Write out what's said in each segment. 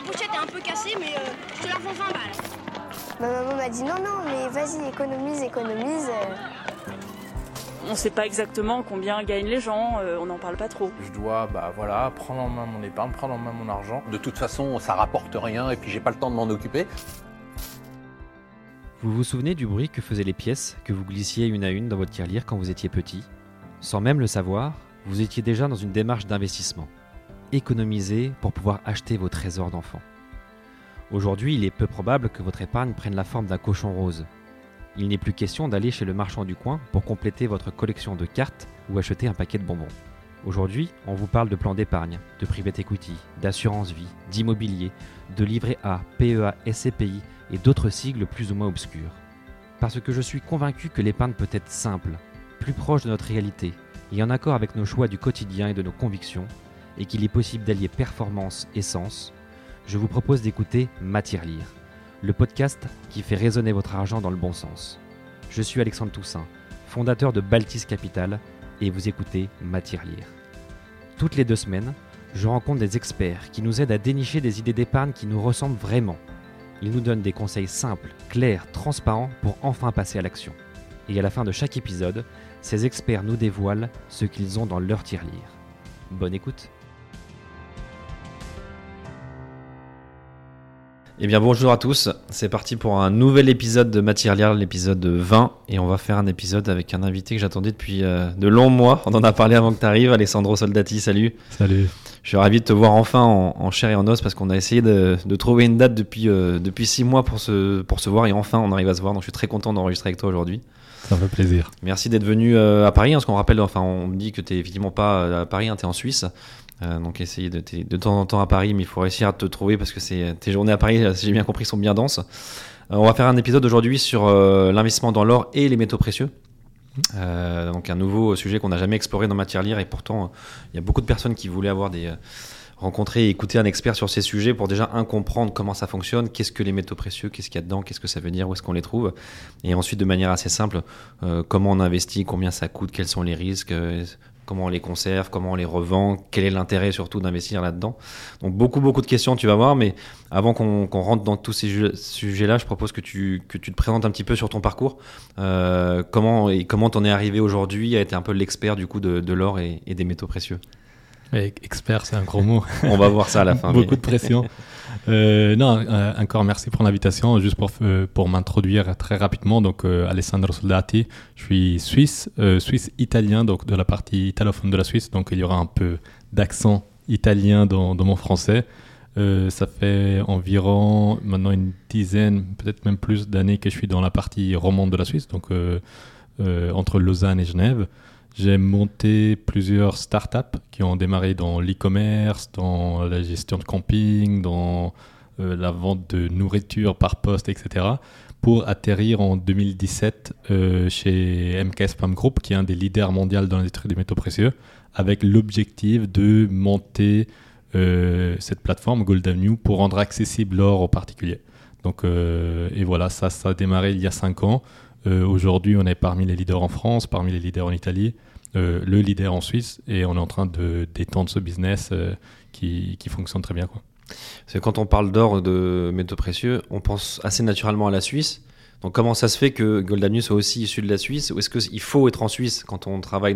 pochette est un peu cassée, mais je te la vends 20 balles. Ma maman m'a dit non, mais vas-y, économise. On ne sait pas exactement combien gagnent les gens, on n'en parle pas trop. Je dois prendre en main mon épargne, prendre en main mon argent. De toute façon, ça rapporte rien et puis j'ai pas le temps de m'en occuper. Vous vous souvenez du bruit que faisaient les pièces que vous glissiez une à une dans votre tirelire quand vous étiez petit ? Sans même le savoir, vous étiez déjà dans une démarche d'investissement. Économiser pour pouvoir acheter vos trésors d'enfant. Aujourd'hui, il est peu probable que votre épargne prenne la forme d'un cochon rose. Il n'est plus question d'aller chez le marchand du coin pour compléter votre collection de cartes ou acheter un paquet de bonbons. Aujourd'hui, on vous parle de plan d'épargne, de private equity, d'assurance vie, d'immobilier, de livret A, PEA, SCPI et d'autres sigles plus ou moins obscurs. Parce que je suis convaincu que l'épargne peut être simple, plus proche de notre réalité et en accord avec nos choix du quotidien et de nos convictions, et qu'il est possible d'allier performance et sens, je vous propose d'écouter Ma Tirelire, le podcast qui fait résonner votre argent dans le bon sens. Je suis Alexandre Toussaint, fondateur de Baltis Capital, et vous écoutez Ma Tirelire. Toutes les 2 semaines, je rencontre des experts qui nous aident à dénicher des idées d'épargne qui nous ressemblent vraiment. Ils nous donnent des conseils simples, clairs, transparents pour enfin passer à l'action. Et à la fin de chaque épisode, ces experts nous dévoilent ce qu'ils ont dans leur tirelire. Bonne écoute. Eh bien bonjour à tous, c'est parti pour un nouvel épisode de Ma Tirelire, l'épisode 20, et on va faire un épisode avec un invité que j'attendais depuis de longs mois. On en a parlé avant que tu arrives, Alessandro Soldati, salut. Salut. Je suis ravi de te voir enfin en chair et en os parce qu'on a essayé de trouver une date depuis 6 mois pour se voir et enfin on arrive à se voir, donc je suis très content d'enregistrer avec toi aujourd'hui. Ça me fait plaisir. Merci d'être venu à Paris, parce qu'on rappelle, on me dit que tu n'es effectivement pas à Paris, tu es en Suisse. Donc essayer de temps en temps à Paris, mais il faut réussir à te trouver parce que tes journées à Paris, si j'ai bien compris, sont bien denses. On va faire un épisode aujourd'hui sur l'investissement dans l'or et les métaux précieux. Donc un nouveau sujet qu'on n'a jamais exploré dans Ma Tirelire, et pourtant il y a beaucoup de personnes qui voulaient rencontrer et écouter un expert sur ces sujets pour déjà comprendre comment ça fonctionne, qu'est-ce que les métaux précieux, qu'est-ce qu'il y a dedans, qu'est-ce que ça veut dire, où est-ce qu'on les trouve, et ensuite de manière assez simple, comment on investit, combien ça coûte, quels sont les risques, comment on les conserve, comment on les revend, quel est l'intérêt surtout d'investir là-dedans. Donc beaucoup de questions, tu vas voir, mais avant qu'on rentre dans tous ces sujets-là, je propose que tu te présentes un petit peu sur ton parcours, comment t'en es arrivé aujourd'hui à être un peu l'expert du coup de l'or et des métaux précieux. Expert, c'est un gros mot. On va voir ça à la fin. Beaucoup de pression. Encore merci pour l'invitation. Juste pour m'introduire très rapidement, donc Alessandro Soldati, je suis suisse-italien, donc de la partie italophone de la Suisse, donc il y aura un peu d'accent italien dans mon français. Ça fait environ maintenant une dizaine, peut-être même plus d'années que je suis dans la partie romande de la Suisse, donc entre Lausanne et Genève. J'ai monté plusieurs startups qui ont démarré dans l'e-commerce, dans la gestion de camping, dans la vente de nourriture par poste, etc. pour atterrir en 2017 chez MKS PAM Group, qui est un des leaders mondiaux dans l'industrie des métaux précieux, avec l'objectif de monter cette plateforme Gold Avenue pour rendre accessible l'or aux particuliers. Donc, et voilà, ça a démarré il y a 5 ans. Aujourd'hui, on est parmi les leaders en France, parmi les leaders en Italie, le leader en Suisse, et on est en train d'étendre ce business qui fonctionne très bien, quoi. C'est quand on parle d'or, de métaux précieux, on pense assez naturellement à la Suisse. Donc comment ça se fait que Gold Avenue soit aussi issu de la Suisse, ou est-ce qu'il faut être en Suisse quand on travaille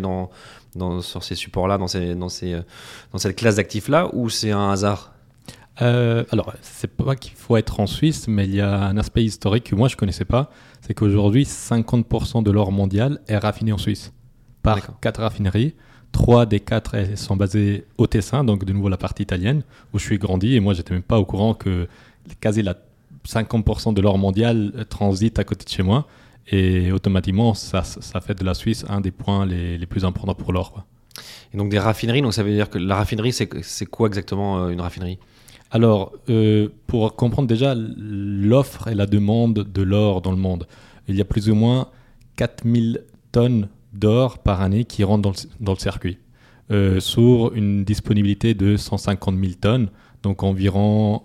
sur ces supports-là, dans cette classe d'actifs-là, ou c'est un hasard ? Alors, c'est pas qu'il faut être en Suisse, mais il y a un aspect historique que moi je connaissais pas, c'est qu'aujourd'hui 50% de l'or mondial est raffiné en Suisse par 4 raffineries. 3 des 4 elles sont basées au Tessin, donc de nouveau la partie italienne où je suis grandi, et moi j'étais même pas au courant que quasi 50% de l'or mondial transite à côté de chez moi, et automatiquement ça fait de la Suisse un des points les plus importants pour l'or, quoi. Et donc des raffineries, donc ça veut dire que la raffinerie c'est quoi exactement une raffinerie ? Alors, pour comprendre déjà l'offre et la demande de l'or dans le monde, il y a plus ou moins 4000 tonnes d'or par année qui rentrent dans le circuit, sur une disponibilité de 150 000 tonnes, donc environ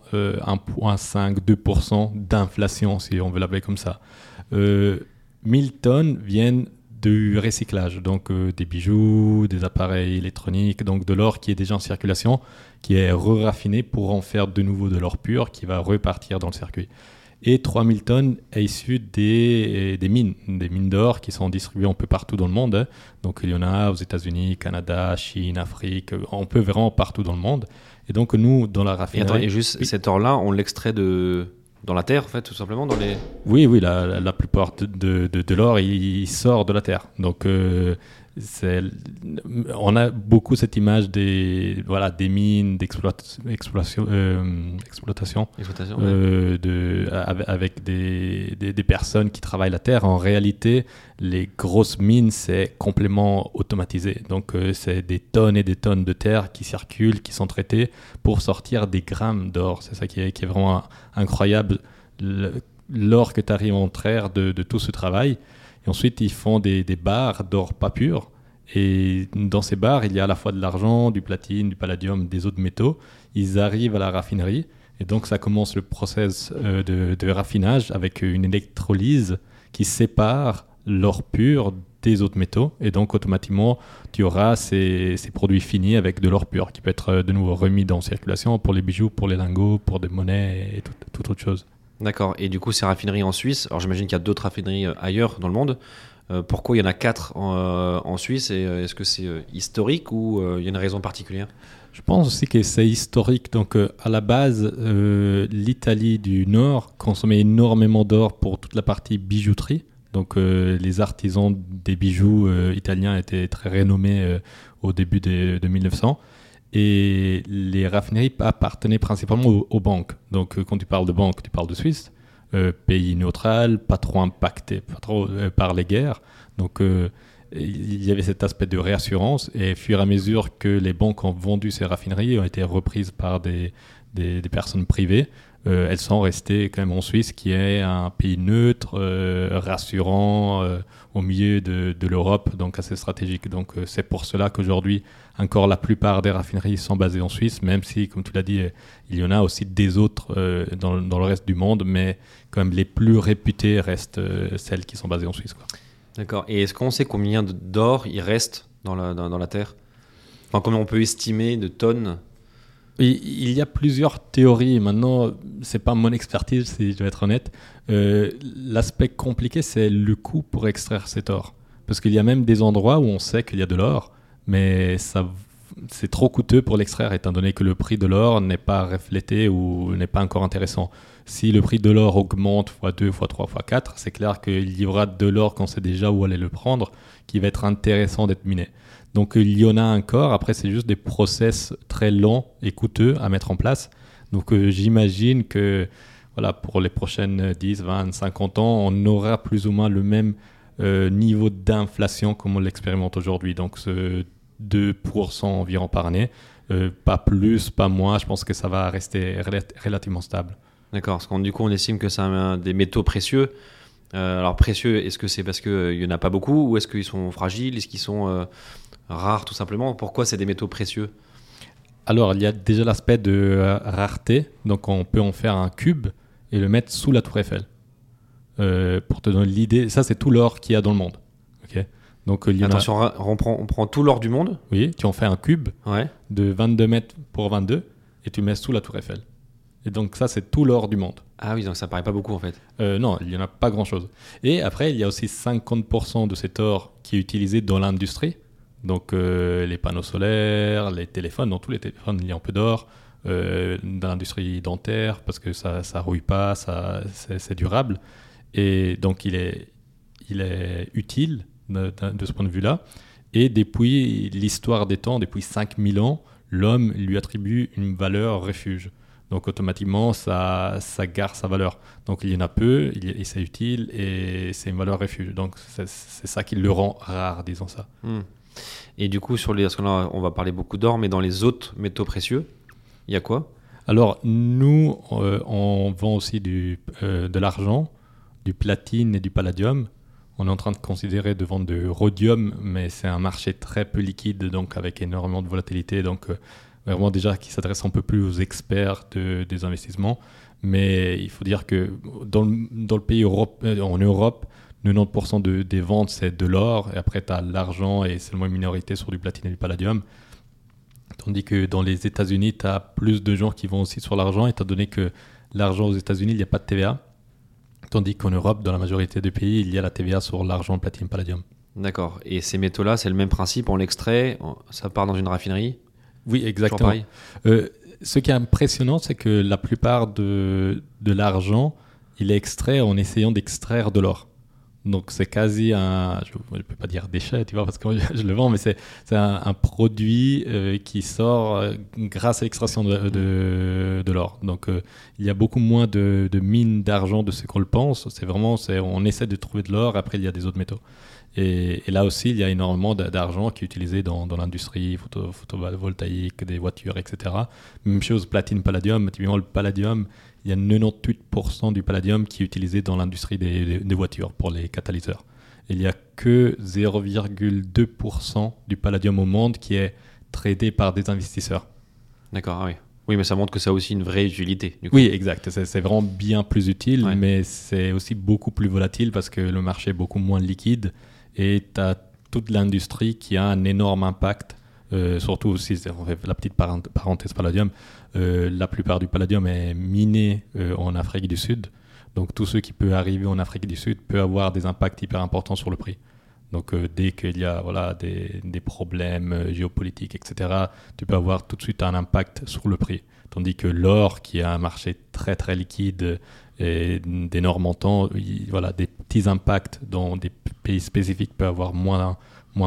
1,5-2% d'inflation, si on veut l'appeler comme ça. 1000 tonnes viennent du recyclage, donc des bijoux, des appareils électroniques, donc de l'or qui est déjà en circulation, qui est raffiné pour en faire de nouveau de l'or pur qui va repartir dans le circuit. Et 3000 tonnes est issu des mines d'or qui sont distribuées un peu partout dans le monde, hein. Donc il y en a aux États-Unis, Canada, Chine, Afrique, on peut vraiment partout dans le monde. Et donc nous, dans la raffinerie... Et juste, cet or-là, on l'extrait dans la terre, en fait, tout simplement, dans les... Oui, la plupart de l'or, il sort de la terre. Donc, on a beaucoup cette image des mines, d'exploitation, avec des personnes qui travaillent la terre. En réalité, les grosses mines, c'est complètement automatisé. Donc, c'est des tonnes et des tonnes de terre qui circulent, qui sont traitées pour sortir des grammes d'or. C'est ça qui est vraiment incroyable. L'or que tu arrives à extraire de tout ce travail. Et ensuite, ils font des barres d'or pas pur. Et dans ces barres, il y a à la fois de l'argent, du platine, du palladium, des autres métaux. Ils arrivent à la raffinerie. Et donc, ça commence le process de raffinage avec une électrolyse qui sépare l'or pur des autres métaux. Et donc, automatiquement, tu auras ces produits finis avec de l'or pur qui peut être de nouveau remis dans circulation pour les bijoux, pour les lingots, pour des monnaies et toute autre chose. D'accord. Et du coup, ces raffineries en Suisse, alors j'imagine qu'il y a d'autres raffineries ailleurs dans le monde. Pourquoi il y en a 4 en Suisse et est-ce que c'est historique ou il y a une raison particulière ? Je pense aussi que c'est historique. Donc, à la base, l'Italie du Nord consommait énormément d'or pour toute la partie bijouterie. Donc, les artisans des bijoux italiens étaient très renommés au début de 1900. Et les raffineries appartenaient principalement aux banques. Donc, quand tu parles de banque, tu parles de Suisse. Pays neutral, pas trop impacté par les guerres. Donc, il y avait cet aspect de réassurance. Et au fur et à mesure que les banques ont vendu ces raffineries, ont été reprises par des personnes privées, elles sont restées quand même en Suisse, qui est un pays neutre, rassurant, au milieu de l'Europe, donc assez stratégique. Donc, c'est pour cela qu'aujourd'hui, encore la plupart des raffineries sont basées en Suisse, même si, comme tu l'as dit, il y en a aussi des autres dans le reste du monde, mais quand même les plus réputées restent celles qui sont basées en Suisse, quoi. D'accord. Et est-ce qu'on sait combien d'or il reste dans la terre ? Enfin, combien on peut estimer de tonnes ? Il y a plusieurs théories. Maintenant, c'est pas mon expertise, si je dois être honnête. L'aspect compliqué, c'est le coût pour extraire cet or. Parce qu'il y a même des endroits où on sait qu'il y a de l'or, mais c'est trop coûteux pour l'extraire, étant donné que le prix de l'or n'est pas reflété ou n'est pas encore intéressant. Si le prix de l'or augmente x2, x3, x4, c'est clair qu'il y aura de l'or qu'on sait déjà où aller le prendre, qui va être intéressant d'être miné. Donc il y en a encore, après c'est juste des process très lents et coûteux à mettre en place. Donc j'imagine que voilà, pour les prochaines 10, 20, 50 ans, on aura plus ou moins le même niveau d'inflation comme on l'expérimente aujourd'hui. Donc ce 2% environ par année, pas plus, pas moins, je pense que ça va rester relativement stable. D'accord, parce du coup on estime que c'est des métaux précieux. Alors précieux, est-ce que c'est parce qu'il n'y en a pas beaucoup ou est-ce qu'ils sont fragiles ? Est-ce qu'ils sont rares tout simplement ? Pourquoi c'est des métaux précieux ? Alors il y a déjà l'aspect de rareté, donc on peut en faire un cube et le mettre sous la tour Eiffel. Pour te donner l'idée, ça c'est tout l'or qu'il y a dans le monde. Okay. Donc, attention, on prend tout l'or du monde ? Oui, tu en fais un cube ouais. de 22 mètres pour 22 et tu le mets sous la tour Eiffel. Et donc ça c'est tout l'or du monde. Ah oui, donc ça paraît pas beaucoup en fait. Non, il n'y en a pas grand-chose. Et après, il y a aussi 50% de cet or qui est utilisé dans l'industrie. Donc les panneaux solaires, les téléphones, dans tous les téléphones, il y a un peu d'or. Dans l'industrie dentaire, parce que ça rouille pas, c'est durable. Et donc il est utile de ce point de vue-là. Et depuis l'histoire des temps, depuis 5000 ans, l'homme lui attribue une valeur refuge. Donc automatiquement, ça garde sa valeur. Donc il y en a peu, et c'est utile, et c'est une valeur refuge. Donc c'est ça qui le rend rare, disons ça. Et du coup, parce que là, on va parler beaucoup d'or, mais dans les autres métaux précieux, il y a quoi ? Alors nous, on vend aussi de l'argent, du platine et du palladium. On est en train de considérer de vendre du rhodium, mais c'est un marché très peu liquide, donc avec énormément de volatilité. Donc vraiment déjà qui s'adresse un peu plus aux experts des investissements. Mais il faut dire que dans le pays en Europe, 90% des ventes, c'est de l'or. Et après, tu as l'argent et seulement une minorité sur du platine et du palladium. Tandis que dans les États-Unis, tu as plus de gens qui vont aussi sur l'argent, étant donné que l'argent aux États-Unis, il n'y a pas de TVA. Tandis qu'en Europe, dans la majorité des pays, il y a la TVA sur l'argent, platine, palladium. D'accord. Et ces métaux-là, c'est le même principe, on l'extrait, ça part dans une raffinerie? Oui, exactement. Ce qui est impressionnant, c'est que la plupart de l'argent, il est extrait en essayant d'extraire de l'or. Donc c'est quasi je ne peux pas dire déchet, tu vois, parce que je le vends, mais c'est un produit qui sort grâce à l'extraction de l'or. Donc il y a beaucoup moins de mines d'argent de ce qu'on le pense. On essaie de trouver de l'or, après il y a des autres métaux. Et là aussi, il y a énormément d'argent qui est utilisé dans l'industrie photovoltaïque, des voitures, etc. Même chose, platine, palladium. Typiquement, le palladium, il y a 98% du palladium qui est utilisé dans l'industrie des voitures pour les catalyseurs. Et il n'y a que 0,2% du palladium au monde qui est tradé par des investisseurs. D'accord, oui. Oui, mais ça montre que ça a aussi une vraie utilité. Du coup. Oui, exact. C'est vraiment bien plus utile, mais c'est aussi beaucoup plus volatile parce que le marché est beaucoup moins liquide. Et tu as toute l'industrie qui a un énorme impact, surtout aussi, on fait la petite parenthèse palladium, la plupart du palladium est miné en Afrique du Sud. Donc tout ce qui peut arriver en Afrique du Sud peut avoir des impacts hyper importants sur le prix. Donc dès qu'il y a des problèmes géopolitiques, etc., tu peux avoir tout de suite un impact sur le prix. Tandis que l'or, qui a un marché très très liquide et d'énormes montants, des petits impacts dans des pays spécifiques peuvent avoir moins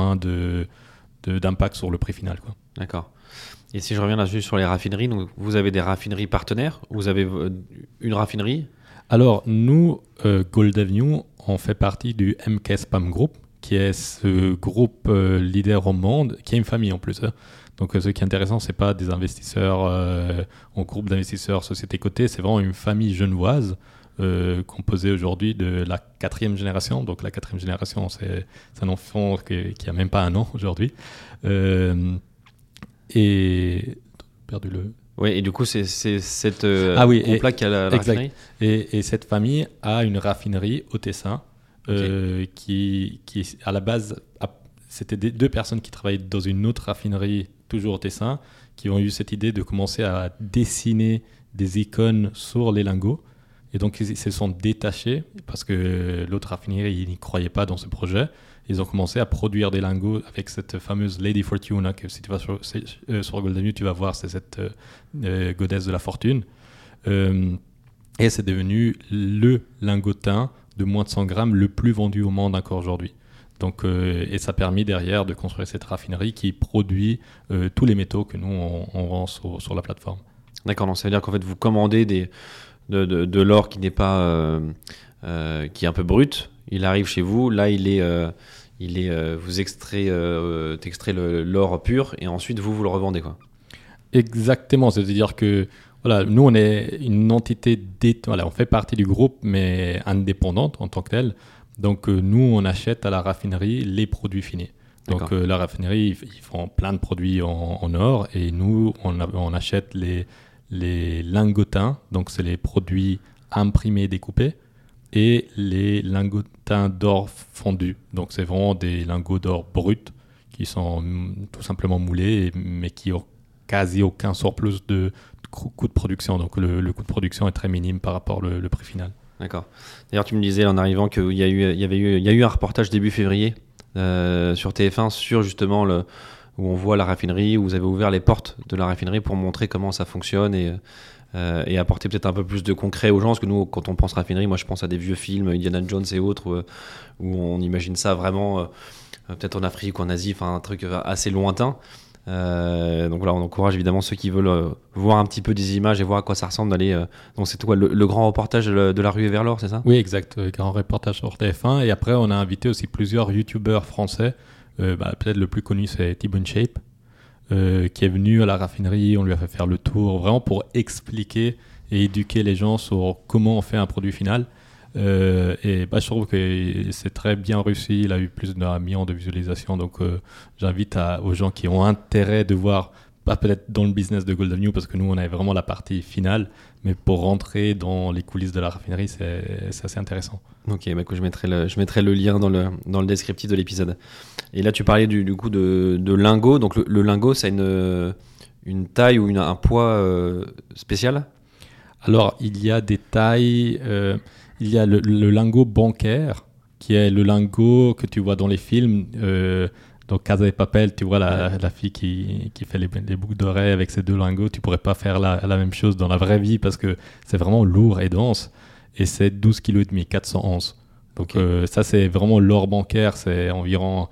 d'impact sur le prix final, quoi. D'accord. Et si je reviens là-dessus sur les raffineries, donc vous avez des raffineries partenaires, vous avez une raffinerie? Alors nous, Gold Avenue, on fait partie du MK Spam Group, qui est ce groupe leader au monde, qui a une famille en plus. Donc ce qui est intéressant, c'est pas des investisseurs en groupe d'investisseurs société cotée, c'est vraiment une famille genevoise composée aujourd'hui de la 4e génération. Donc la 4e génération, c'est un enfant qui a même pas un an aujourd'hui. Et perdu le... Oui, et du coup, c'est cette groupe-là qui a la raffinerie. Et cette famille a une raffinerie au Tessin. Qui à la base, c'était deux personnes qui travaillaient dans une autre raffinerie, toujours au Tessin, qui ont eu cette idée de commencer à dessiner des icônes sur les lingots. Et donc, ils se sont détachés parce que l'autre raffinerie n'y croyait pas dans ce projet. Ils ont commencé à produire des lingots avec cette fameuse Lady Fortuna, que si tu vas sur Gold Avenue, tu vas voir, c'est cette godesse de la fortune. Et c'est devenu le lingotin de moins de 100 grammes le plus vendu au monde encore aujourd'hui. Donc, et ça a permis derrière de construire cette raffinerie qui produit tous les métaux que nous, on vend sur la plateforme. D'accord, donc ça veut dire qu'en fait, vous commandez de l'or qui n'est pas, qui est un peu brut. Il arrive chez vous, là, vous extrait l'or pur et ensuite vous le revendez, quoi. Exactement, c'est-à-dire que voilà, nous, on est une entité, on fait partie du groupe, mais indépendante en tant que telle. Donc, nous, on achète à la raffinerie les produits finis. Donc, la raffinerie, ils font plein de produits en or et nous, on achète les lingotins. Donc, c'est les produits imprimés, découpés et les lingotins d'or fondus. Donc, c'est vraiment des lingots d'or bruts qui sont tout simplement moulés, mais qui ont quasi aucun surplus de coût de production. Donc le coût de production est très minime par rapport au prix final. D'accord. D'ailleurs, tu me disais en arrivant qu'il y a eu un reportage début février sur TF1 sur justement où on voit la raffinerie, où vous avez ouvert les portes de la raffinerie pour montrer comment ça fonctionne et apporter peut-être un peu plus de concret aux gens. Parce que nous, quand on pense raffinerie, moi je pense à des vieux films, Indiana Jones et autres, où on imagine ça vraiment peut-être en Afrique ou en Asie, enfin un truc assez lointain. Donc voilà, on encourage évidemment ceux qui veulent voir un petit peu des images et voir à quoi ça ressemble d'aller. Donc c'est quoi le grand reportage de la ruée vers l'or, c'est ça? Oui, exact, grand reportage sur TF1. Et après, on a invité aussi plusieurs youtubeurs français. Peut-être le plus connu, c'est T-Bone Shape, qui est venu à la raffinerie. On lui a fait faire le tour vraiment pour expliquer et éduquer les gens sur comment on fait un produit final. Et je trouve que c'est très bien réussi. Il a eu plus d'1 million de visualisations. Donc j'invite aux gens qui ont intérêt de voir pas peut-être dans le business de Gold Avenue parce que nous, on a vraiment la partie finale, mais pour rentrer dans les coulisses de la raffinerie, c'est assez intéressant. Ok, bah, écoute, je mettrai le lien dans le descriptif de l'épisode. Et là, tu parlais du coup de lingot. Donc le lingot, ça a une taille ou un poids spécial? Alors, il y a des tailles. Il y a le lingot bancaire, qui est le lingot que tu vois dans les films. Donc, Casa de Papel, tu vois la fille qui fait les boucles d'oreilles avec ces 2 lingots. Tu pourrais pas faire la même chose dans la vraie vie parce que c'est vraiment lourd et dense. Et c'est 12,5 kg, 400 onces. Donc, ça, c'est vraiment l'or bancaire. C'est environ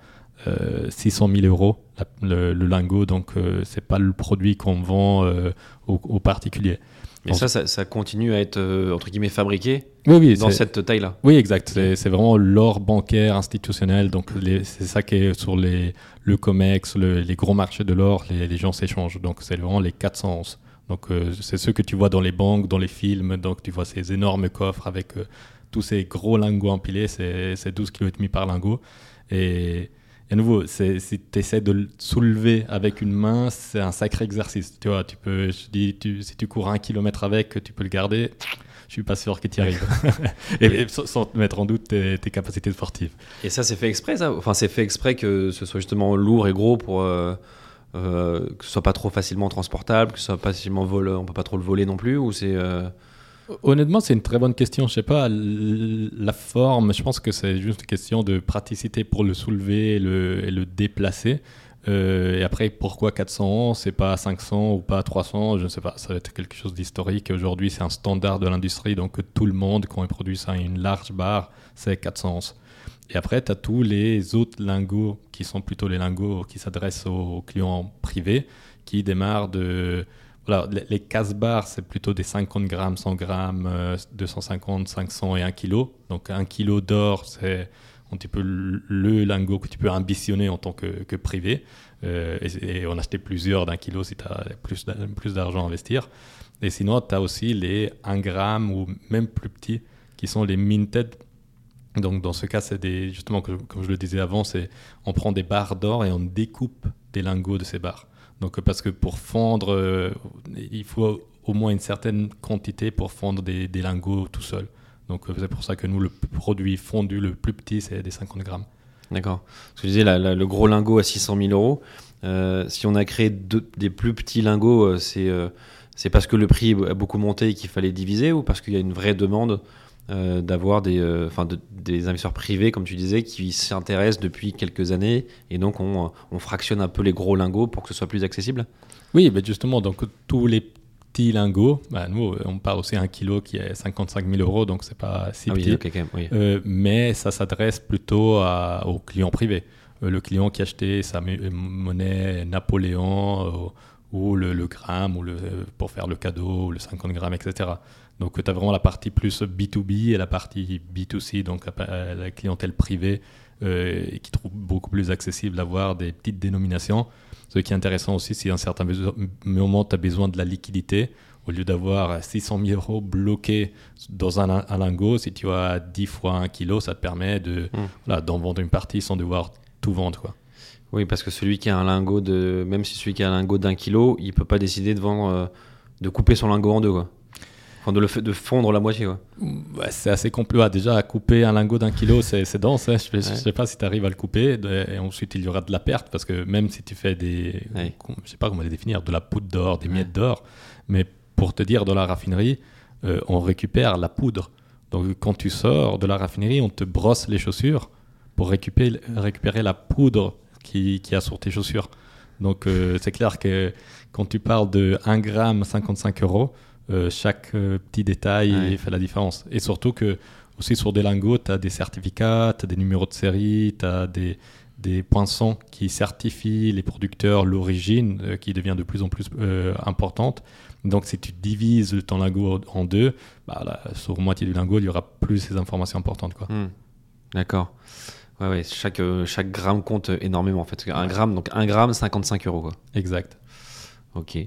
600 000 euros le lingot. Donc, c'est pas le produit qu'on vend aux particuliers. Et ça continue à être, entre guillemets, fabriqué dans cette taille-là? Oui, exact. C'est vraiment l'or bancaire institutionnel. Donc, c'est ça qui est sur le COMEX, les gros marchés de l'or, les gens s'échangent. Donc, c'est vraiment les 400 onces. Donc, c'est ce que tu vois dans les banques, dans les films. Donc, tu vois ces énormes coffres avec tous ces gros lingots empilés. C'est 12,5 kg par lingot. Et à nouveau, si tu essaies de le soulever avec une main, c'est un sacré exercice. Tu vois, si tu cours 1 kilomètre avec, tu peux le garder. Je suis pas sûr que tu y arrives. et sans te mettre en doute tes capacités sportives. Et ça, c'est fait exprès, ça? Enfin, c'est fait exprès que ce soit justement lourd et gros pour que ce soit pas trop facilement transportable, que ce soit pas facilement on peut pas trop le voler non plus, ou c'est Honnêtement, c'est une très bonne question. Je sais pas, la forme, je pense que c'est juste une question de praticité pour le soulever et le déplacer. Et après, pourquoi 400 c'est pas 500 ou pas 300? Je ne sais pas. Ça va être quelque chose d'historique. Aujourd'hui, c'est un standard de l'industrie. Donc, tout le monde, quand il produit ça, une large barre, c'est 400 onces. Et après, tu as tous les autres lingots qui sont plutôt les lingots qui s'adressent aux clients privés, qui démarrent de... Voilà, les casse-barres, c'est plutôt des 50 grammes, 100 grammes, 250, 500 et 1 kilo. Donc 1 kilo d'or, c'est un petit peu le lingot que tu peux ambitionner en tant que privé. Et en acheter plusieurs d'1 kilo si tu as plus d'argent à investir. Et sinon, tu as aussi les 1 gramme ou même plus petits qui sont les minted. Donc dans ce cas, c'est justement, comme je le disais avant, on prend des barres d'or et on découpe des lingots de ces barres. Donc, parce que pour fondre, il faut au moins une certaine quantité pour fondre des lingots tout seul. Donc, c'est pour ça que nous, le produit fondu le plus petit, c'est des 50 grammes. D'accord. Parce que je disais, le gros lingot à 600 000 euros, si on a créé des plus petits lingots, c'est parce que le prix a beaucoup monté et qu'il fallait diviser, ou parce qu'il y a une vraie demande d'avoir des investisseurs privés, comme tu disais, qui s'intéressent depuis quelques années, et donc on fractionne un peu les gros lingots pour que ce soit plus accessible? Oui, mais justement, donc tous les petits lingots, nous on parle aussi 1 kilo qui est 55 000 euros, donc c'est pas si petit, okay, quand même, oui. Mais ça s'adresse plutôt aux clients privés. Le client qui achetait sa monnaie Napoléon ou le gramme pour faire le cadeau, ou le 50 grammes, etc. Donc, tu as vraiment la partie plus B2B et la partie B2C, donc la clientèle privée, qui trouve beaucoup plus accessible d'avoir des petites dénominations. Ce qui est intéressant aussi, si à un certain moment, tu as besoin de la liquidité, au lieu d'avoir 600 000 euros bloqués dans un lingot, si tu as 10 fois 1 kilo, ça te permet d'en vendre une partie sans devoir tout vendre, quoi. Oui, parce que celui qui a un lingot même si celui qui a un lingot d'1 kilo, il peut pas décider de vendre, de couper son lingot en deux, quoi. Enfin, de fondre la moitié, quoi. Ouais, c'est assez compliqué. Déjà, couper un lingot d'1 kilo, c'est dense. Hein. Je sais pas si tu arrives à le couper. Et ensuite, il y aura de la perte, parce que même si tu fais je sais pas comment les définir, de la poudre d'or, des miettes d'or, mais pour te dire, dans la raffinerie, on récupère la poudre. Donc, quand tu sors de la raffinerie, on te brosse les chaussures pour récupérer la poudre qui a sur tes chaussures. Donc, c'est clair que quand tu parles de 1 gramme 55 euros, chaque petit détail fait la différence. Et surtout que aussi sur des lingots, tu as des certificats, tu as des numéros de série, tu as des poinçons qui certifient les producteurs, l'origine qui devient de plus en plus importante. Donc si tu divises ton lingot en deux, sur moitié du lingot, il y aura plus ces informations importantes, quoi. D'accord. Ouais, chaque gramme compte énormément, en fait. 1 gramme, 55 euros, quoi. Exact. Ok.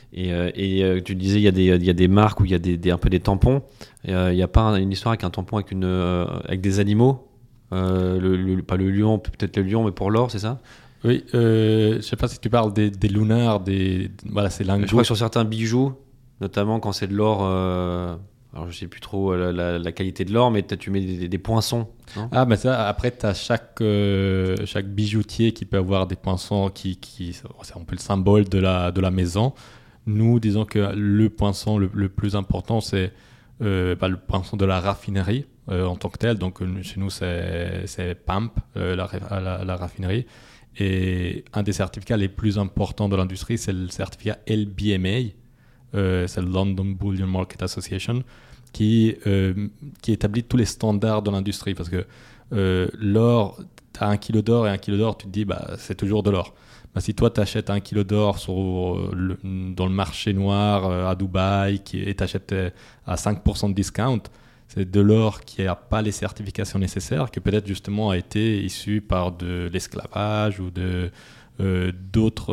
Et tu disais, il y a des marques où il y a un peu des tampons. Il n'y a pas une histoire avec un tampon avec des animaux, pas le lion, peut-être le lion, mais pour l'or, c'est ça? Oui, je sais pas si tu parles des lunars, voilà, ces lingots. Je crois que sur certains bijoux, notamment quand c'est de l'or, alors je sais plus trop la qualité de l'or, mais tu mets des poinçons. Non, mais ça, après, tu as chaque bijoutier qui peut avoir des poinçons c'est un peu le symbole de la maison. Nous, disons que le poinçon le plus important, c'est le poinçon de la raffinerie en tant que tel. Donc, chez nous, c'est PAMP, la raffinerie. Et un des certificats les plus importants de l'industrie, c'est le certificat LBMA, c'est le London Bullion Market Association, qui établit tous les standards de l'industrie. Parce que l'or, tu as 1 kilo d'or et 1 kilo d'or, tu te dis, c'est toujours de l'or. Si toi, tu achètes 1 kilo d'or dans le marché noir à Dubaï et tu achètes à 5% de discount, c'est de l'or qui n'a pas les certifications nécessaires, que peut-être justement a été issu par de l'esclavage ou d'autres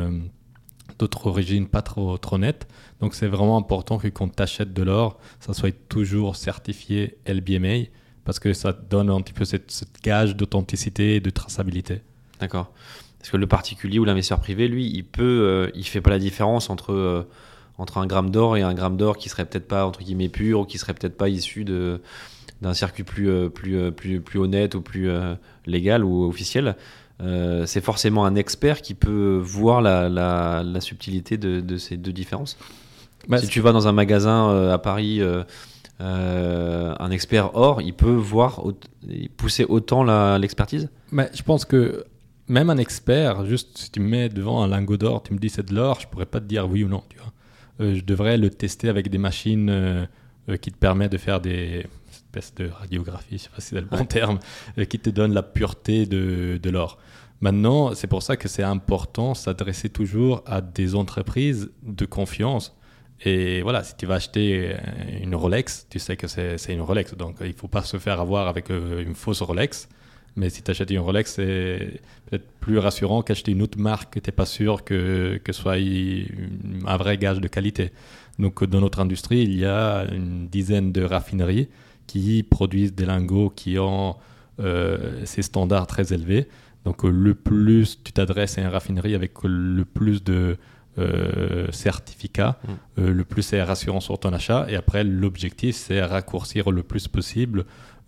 origines pas trop nettes. Donc c'est vraiment important que quand tu achètes de l'or, ça soit toujours certifié LBMA, parce que ça donne un petit peu cette gage d'authenticité et de traçabilité. D'accord. Parce que le particulier ou l'investisseur privé, lui, il fait pas la différence entre un gramme d'or et un gramme d'or qui serait peut-être pas entre guillemets pur, ou qui serait peut-être pas issu d'un circuit plus honnête ou plus légal ou officiel. C'est forcément un expert qui peut voir la subtilité de ces deux différences. Si tu vas dans un magasin à Paris, un expert or, il peut pousser autant l'expertise. Mais je pense que même un expert, juste si tu me mets devant un lingot d'or, tu me dis c'est de l'or, je pourrais pas te dire oui ou non, tu vois. Je devrais le tester avec des machines qui te permettent de faire des espèces de radiographie, je sais pas si c'est le bon terme, qui te donnent la pureté de l'or. Maintenant, c'est pour ça que c'est important de s'adresser toujours à des entreprises de confiance. Et voilà, si tu vas acheter une Rolex, tu sais que c'est une Rolex. Donc, il ne faut pas se faire avoir avec une fausse Rolex. Mais si tu achètes une Rolex, c'est peut-être plus rassurant qu'acheter une autre marque que tu n'es pas sûr que soit un vrai gage de qualité. Donc, dans notre industrie, il y a une dizaine de raffineries qui produisent des lingots qui ont ces standards très élevés. Donc, le plus tu t'adresses à une raffinerie avec le plus de certificats, le plus c'est rassurant sur ton achat. Et après, l'objectif, c'est raccourcir le plus possible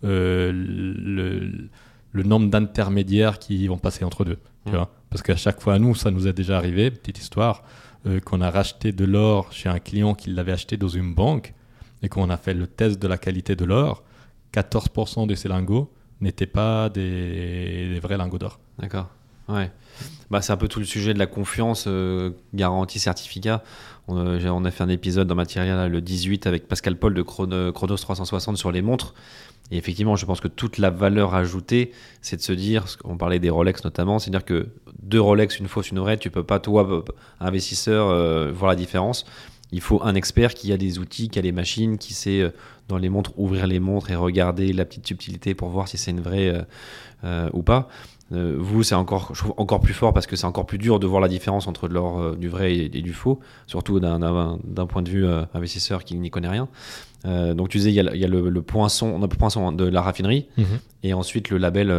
le nombre d'intermédiaires qui vont passer entre deux. Tu vois, parce qu'à chaque fois, nous, ça nous est déjà arrivé, petite histoire, qu'on a racheté de l'or chez un client qui l'avait acheté dans une banque et qu'on a fait le test de la qualité de l'or. 14% de ces lingots n'étaient pas des vrais lingots d'or. D'accord. Ouais. C'est un peu tout le sujet de la confiance, garantie, certificat. On a fait un épisode dans Material le 18 avec Pascal Paul de Chronos 360 sur les montres. Et effectivement, je pense que toute la valeur ajoutée, c'est de se dire, on parlait des Rolex notamment, c'est-à-dire que 2 Rolex, une fausse, une vraie, tu peux pas, toi, investisseur, voir la différence. Il faut un expert qui a des outils, qui a les machines, qui sait dans les montres ouvrir les montres et regarder la petite subtilité pour voir si c'est une vraie ou pas. Vous, c'est je trouve encore plus fort parce que c'est encore plus dur de voir la différence entre du vrai et du faux, surtout d'un point de vue investisseur qui n'y connaît rien. Donc tu disais, il y a le poinçon de la raffinerie, et ensuite le label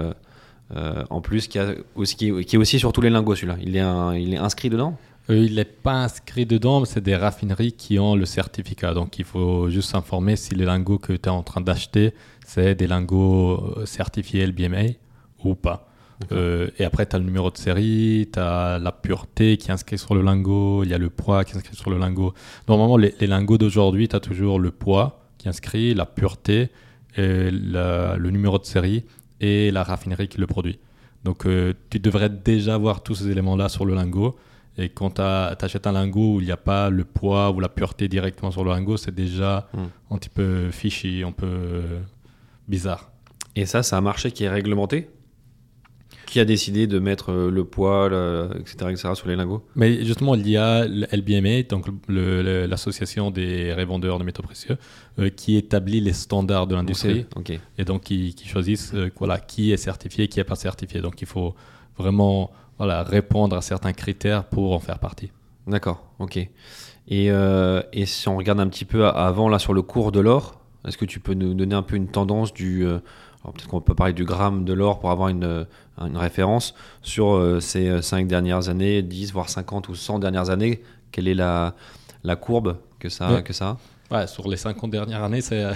en plus qui est aussi sur tous les lingots, celui-là. Il est inscrit dedans ? Il n'est pas inscrit dedans, mais c'est des raffineries qui ont le certificat. Donc il faut juste s'informer si les lingots que tu es en train d'acheter, c'est des lingots certifiés LBMA ou pas. Et après, tu as le numéro de série, tu as la pureté qui est inscrite sur le lingot, il y a le poids qui est inscrit sur le lingot. Normalement, les lingots d'aujourd'hui, tu as toujours le poids qui est inscrit, la pureté, et le numéro de série et la raffinerie qui le produit. Donc, tu devrais déjà avoir tous ces éléments-là sur le lingot. Et quand tu achètes un lingot où il n'y a pas le poids ou la pureté directement sur le lingot, c'est déjà un petit peu fishy, un peu bizarre. Et ça, c'est un marché qui est réglementé ? Qui a décidé de mettre le poids, etc., sur les lingots ? Mais justement, il y a le LBMA, donc l'association des revendeurs de métaux précieux, qui établit les standards de l'industrie. Okay. Et donc, qui choisissent qui est certifié et qui n'est pas certifié. Donc, il faut vraiment répondre à certains critères pour en faire partie. D'accord, ok. Et si on regarde un petit peu avant, là, sur le cours de l'or, est-ce que tu peux nous donner un peu une tendance alors peut-être qu'on peut parler du gramme de l'or pour avoir une référence sur ces 5 dernières années, 10, voire 50 ou 100 dernières années. Quelle est la courbe que ça a? Ouais, sur les 50 dernières années, c'est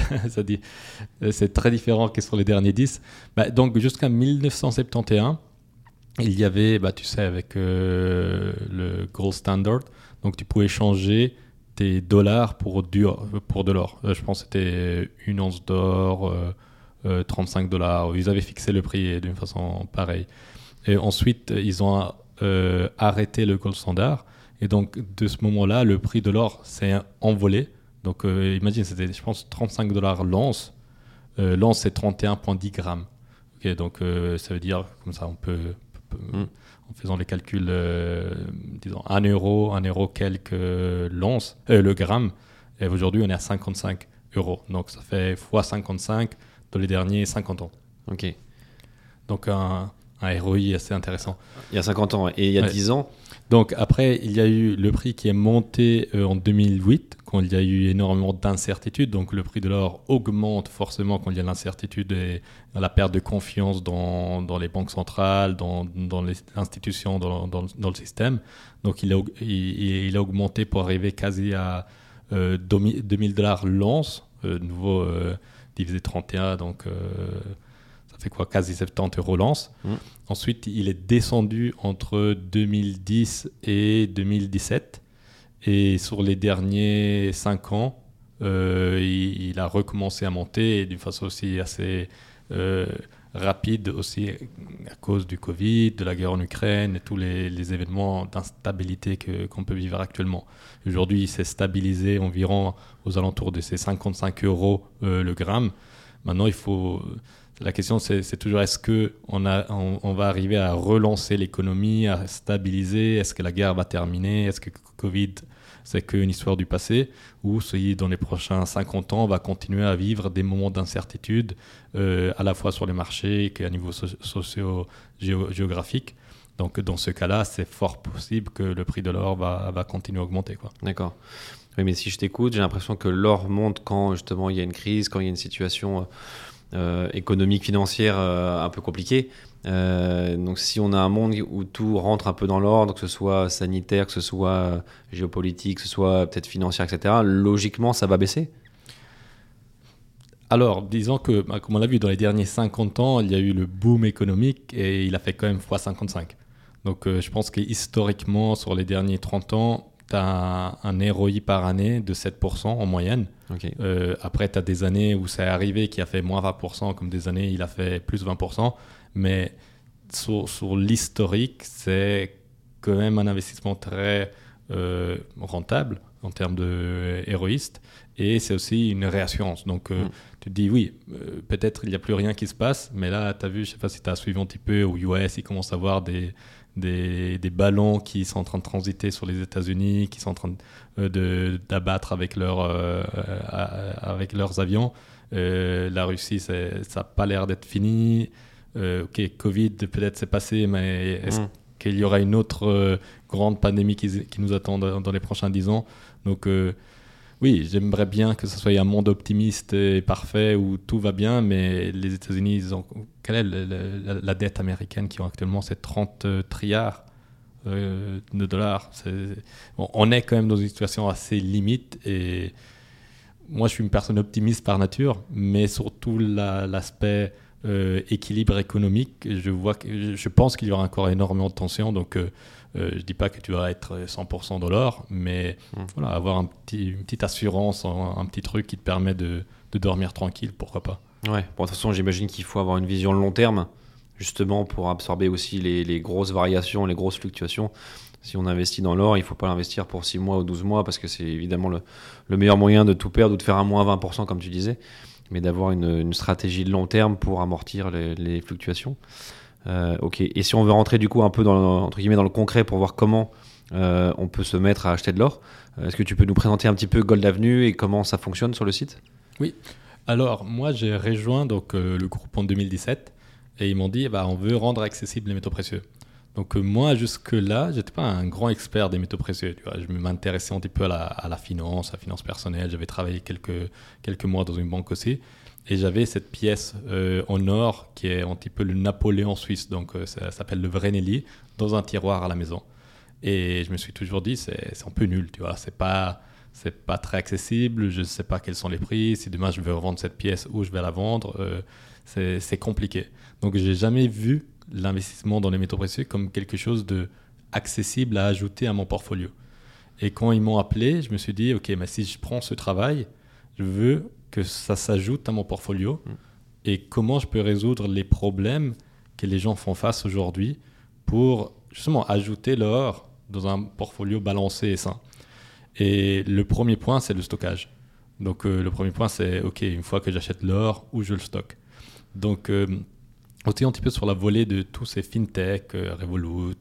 très différent que sur les derniers 10. Donc jusqu'à 1971, il y avait, tu sais, avec le gold standard, donc tu pouvais changer tes dollars pour de l'or. Je pense que c'était une once d'or, $35. Ils avaient fixé le prix d'une façon pareille. Et ensuite, ils ont arrêté le gold standard. Et donc, de ce moment-là, le prix de l'or s'est envolé. Donc, imagine, c'était, je pense, $35 l'once. L'once, c'est 31,10 grammes. Okay, donc, ça veut dire, comme ça, on peut en faisant les calculs, disons, 1 euro quelques l'once, le gramme. Et aujourd'hui, on est à 55 euros. Donc, ça fait fois 55 dans les derniers 50 ans. Ok. Donc, un ROI assez intéressant. Il y a 50 ans et il y a 10 ans. Donc après, il y a eu le prix qui est monté en 2008, quand il y a eu énormément d'incertitudes. Donc le prix de l'or augmente forcément quand il y a l'incertitude et la perte de confiance dans les banques centrales, dans les institutions, dans le système. Donc il a augmenté pour arriver quasi à $2,000 l'once, nouveau divisé 31, donc... ça fait quoi, quasi 70 euros l'once. Ensuite, il est descendu entre 2010 et 2017. Et sur les derniers 5 ans, il a recommencé à monter d'une façon aussi assez rapide, aussi à cause du Covid, de la guerre en Ukraine et tous les événements d'instabilité qu'on peut vivre actuellement. Aujourd'hui, il s'est stabilisé environ aux alentours de ces 55 euros le gramme. Maintenant, la question, c'est toujours est-ce qu'on va arriver à relancer l'économie, à stabiliser? Est-ce que la guerre va terminer? Est-ce que Covid, c'est qu'une histoire du passé? Ou si dans les prochains 50 ans, on va continuer à vivre des moments d'incertitude, à la fois sur les marchés qu'à niveau socio-géographique? Donc, dans ce cas-là, c'est fort possible que le prix de l'or va continuer à augmenter, quoi. D'accord. Oui, mais si je t'écoute, j'ai l'impression que l'or monte quand justement il y a une crise, quand il y a une situation... économique, financière un peu compliquée. Donc si on a un monde où tout rentre un peu dans l'ordre, que ce soit sanitaire, que ce soit géopolitique, que ce soit peut-être financière, etc., logiquement, ça va baisser? Alors, disons que, comme on l'a vu, dans les derniers 50 ans, il y a eu le boom économique et il a fait quand même x55. Donc, je pense que historiquement, sur les derniers 30 ans, tu as un ROI par année de 7% en moyenne. Okay. Après, tu as des années où c'est arrivé qui a fait moins 20%, comme des années il a fait plus 20%. Mais sur l'historique, c'est quand même un investissement très rentable en termes de héroïste. Et c'est aussi une réassurance. Donc, tu te dis, oui, peut-être il n'y a plus rien qui se passe. Mais là, tu as vu, je ne sais pas si tu as suivi un petit peu, aux US, ils commencent à avoir des ballons qui sont en train de transiter sur les États-Unis, qui sont en train d'abattre avec leurs avions. La Russie, ça n'a pas l'air d'être fini. Ok, Covid, peut-être c'est passé, mais est-ce qu'il y aura une autre grande pandémie qui nous attend dans les prochains 10 ans? Donc, oui, j'aimerais bien que ce soit un monde optimiste et parfait où tout va bien, mais les États-Unis, ils ont... Quelle est la dette américaine qui ont actuellement? C'est 30 trilliards de dollars. On est quand même dans une situation assez limite et moi, je suis une personne optimiste par nature, mais surtout l'aspect équilibre économique, je pense qu'il y aura encore énormément de tensions, donc... je ne dis pas que tu vas être 100% dans l'or, mais voilà, avoir une petite assurance, un petit truc qui te permet de dormir tranquille, pourquoi pas. Ouais, bon, de toute façon, j'imagine qu'il faut avoir une vision long terme, justement pour absorber aussi les grosses variations, les grosses fluctuations. Si on investit dans l'or, il ne faut pas l'investir pour 6 mois ou 12 mois, parce que c'est évidemment le meilleur moyen de tout perdre ou de faire un moins 20%, comme tu disais, mais d'avoir une stratégie de long terme pour amortir les fluctuations. Ok. Et si on veut rentrer du coup un peu entre guillemets dans le concret pour voir comment on peut se mettre à acheter de l'or, est-ce que tu peux nous présenter un petit peu Gold Avenue et comment ça fonctionne sur le site? Oui. Alors moi j'ai rejoint donc le groupe en 2017 et ils m'ont dit on veut rendre accessible les métaux précieux. Donc moi, jusque-là, j'étais pas un grand expert des métaux précieux. Tu vois. Je m'intéressais un petit peu à la finance personnelle. J'avais travaillé quelques mois dans une banque aussi. Et j'avais cette pièce en or qui est un petit peu le Napoléon suisse. Donc ça s'appelle le Vreneli, dans un tiroir à la maison. Et je me suis toujours dit, c'est un peu nul. Tu vois. C'est pas très accessible. Je ne sais pas quels sont les prix. Si demain je veux revendre cette pièce, où je vais la vendre, c'est compliqué. Donc j'ai jamais vu l'investissement dans les métaux précieux comme quelque chose d'accessible à ajouter à mon portfolio. Et quand ils m'ont appelé, je me suis dit, ok, mais si je prends ce travail, je veux que ça s'ajoute à mon portfolio. Et comment je peux résoudre les problèmes que les gens font face aujourd'hui pour justement ajouter l'or dans un portfolio balancé et sain. Et le premier point, c'est le stockage. Donc le premier point, c'est, ok, une fois que j'achète l'or, où je le stocke. Donc aussi un petit peu sur la volée de tous ces fintech, Revolut,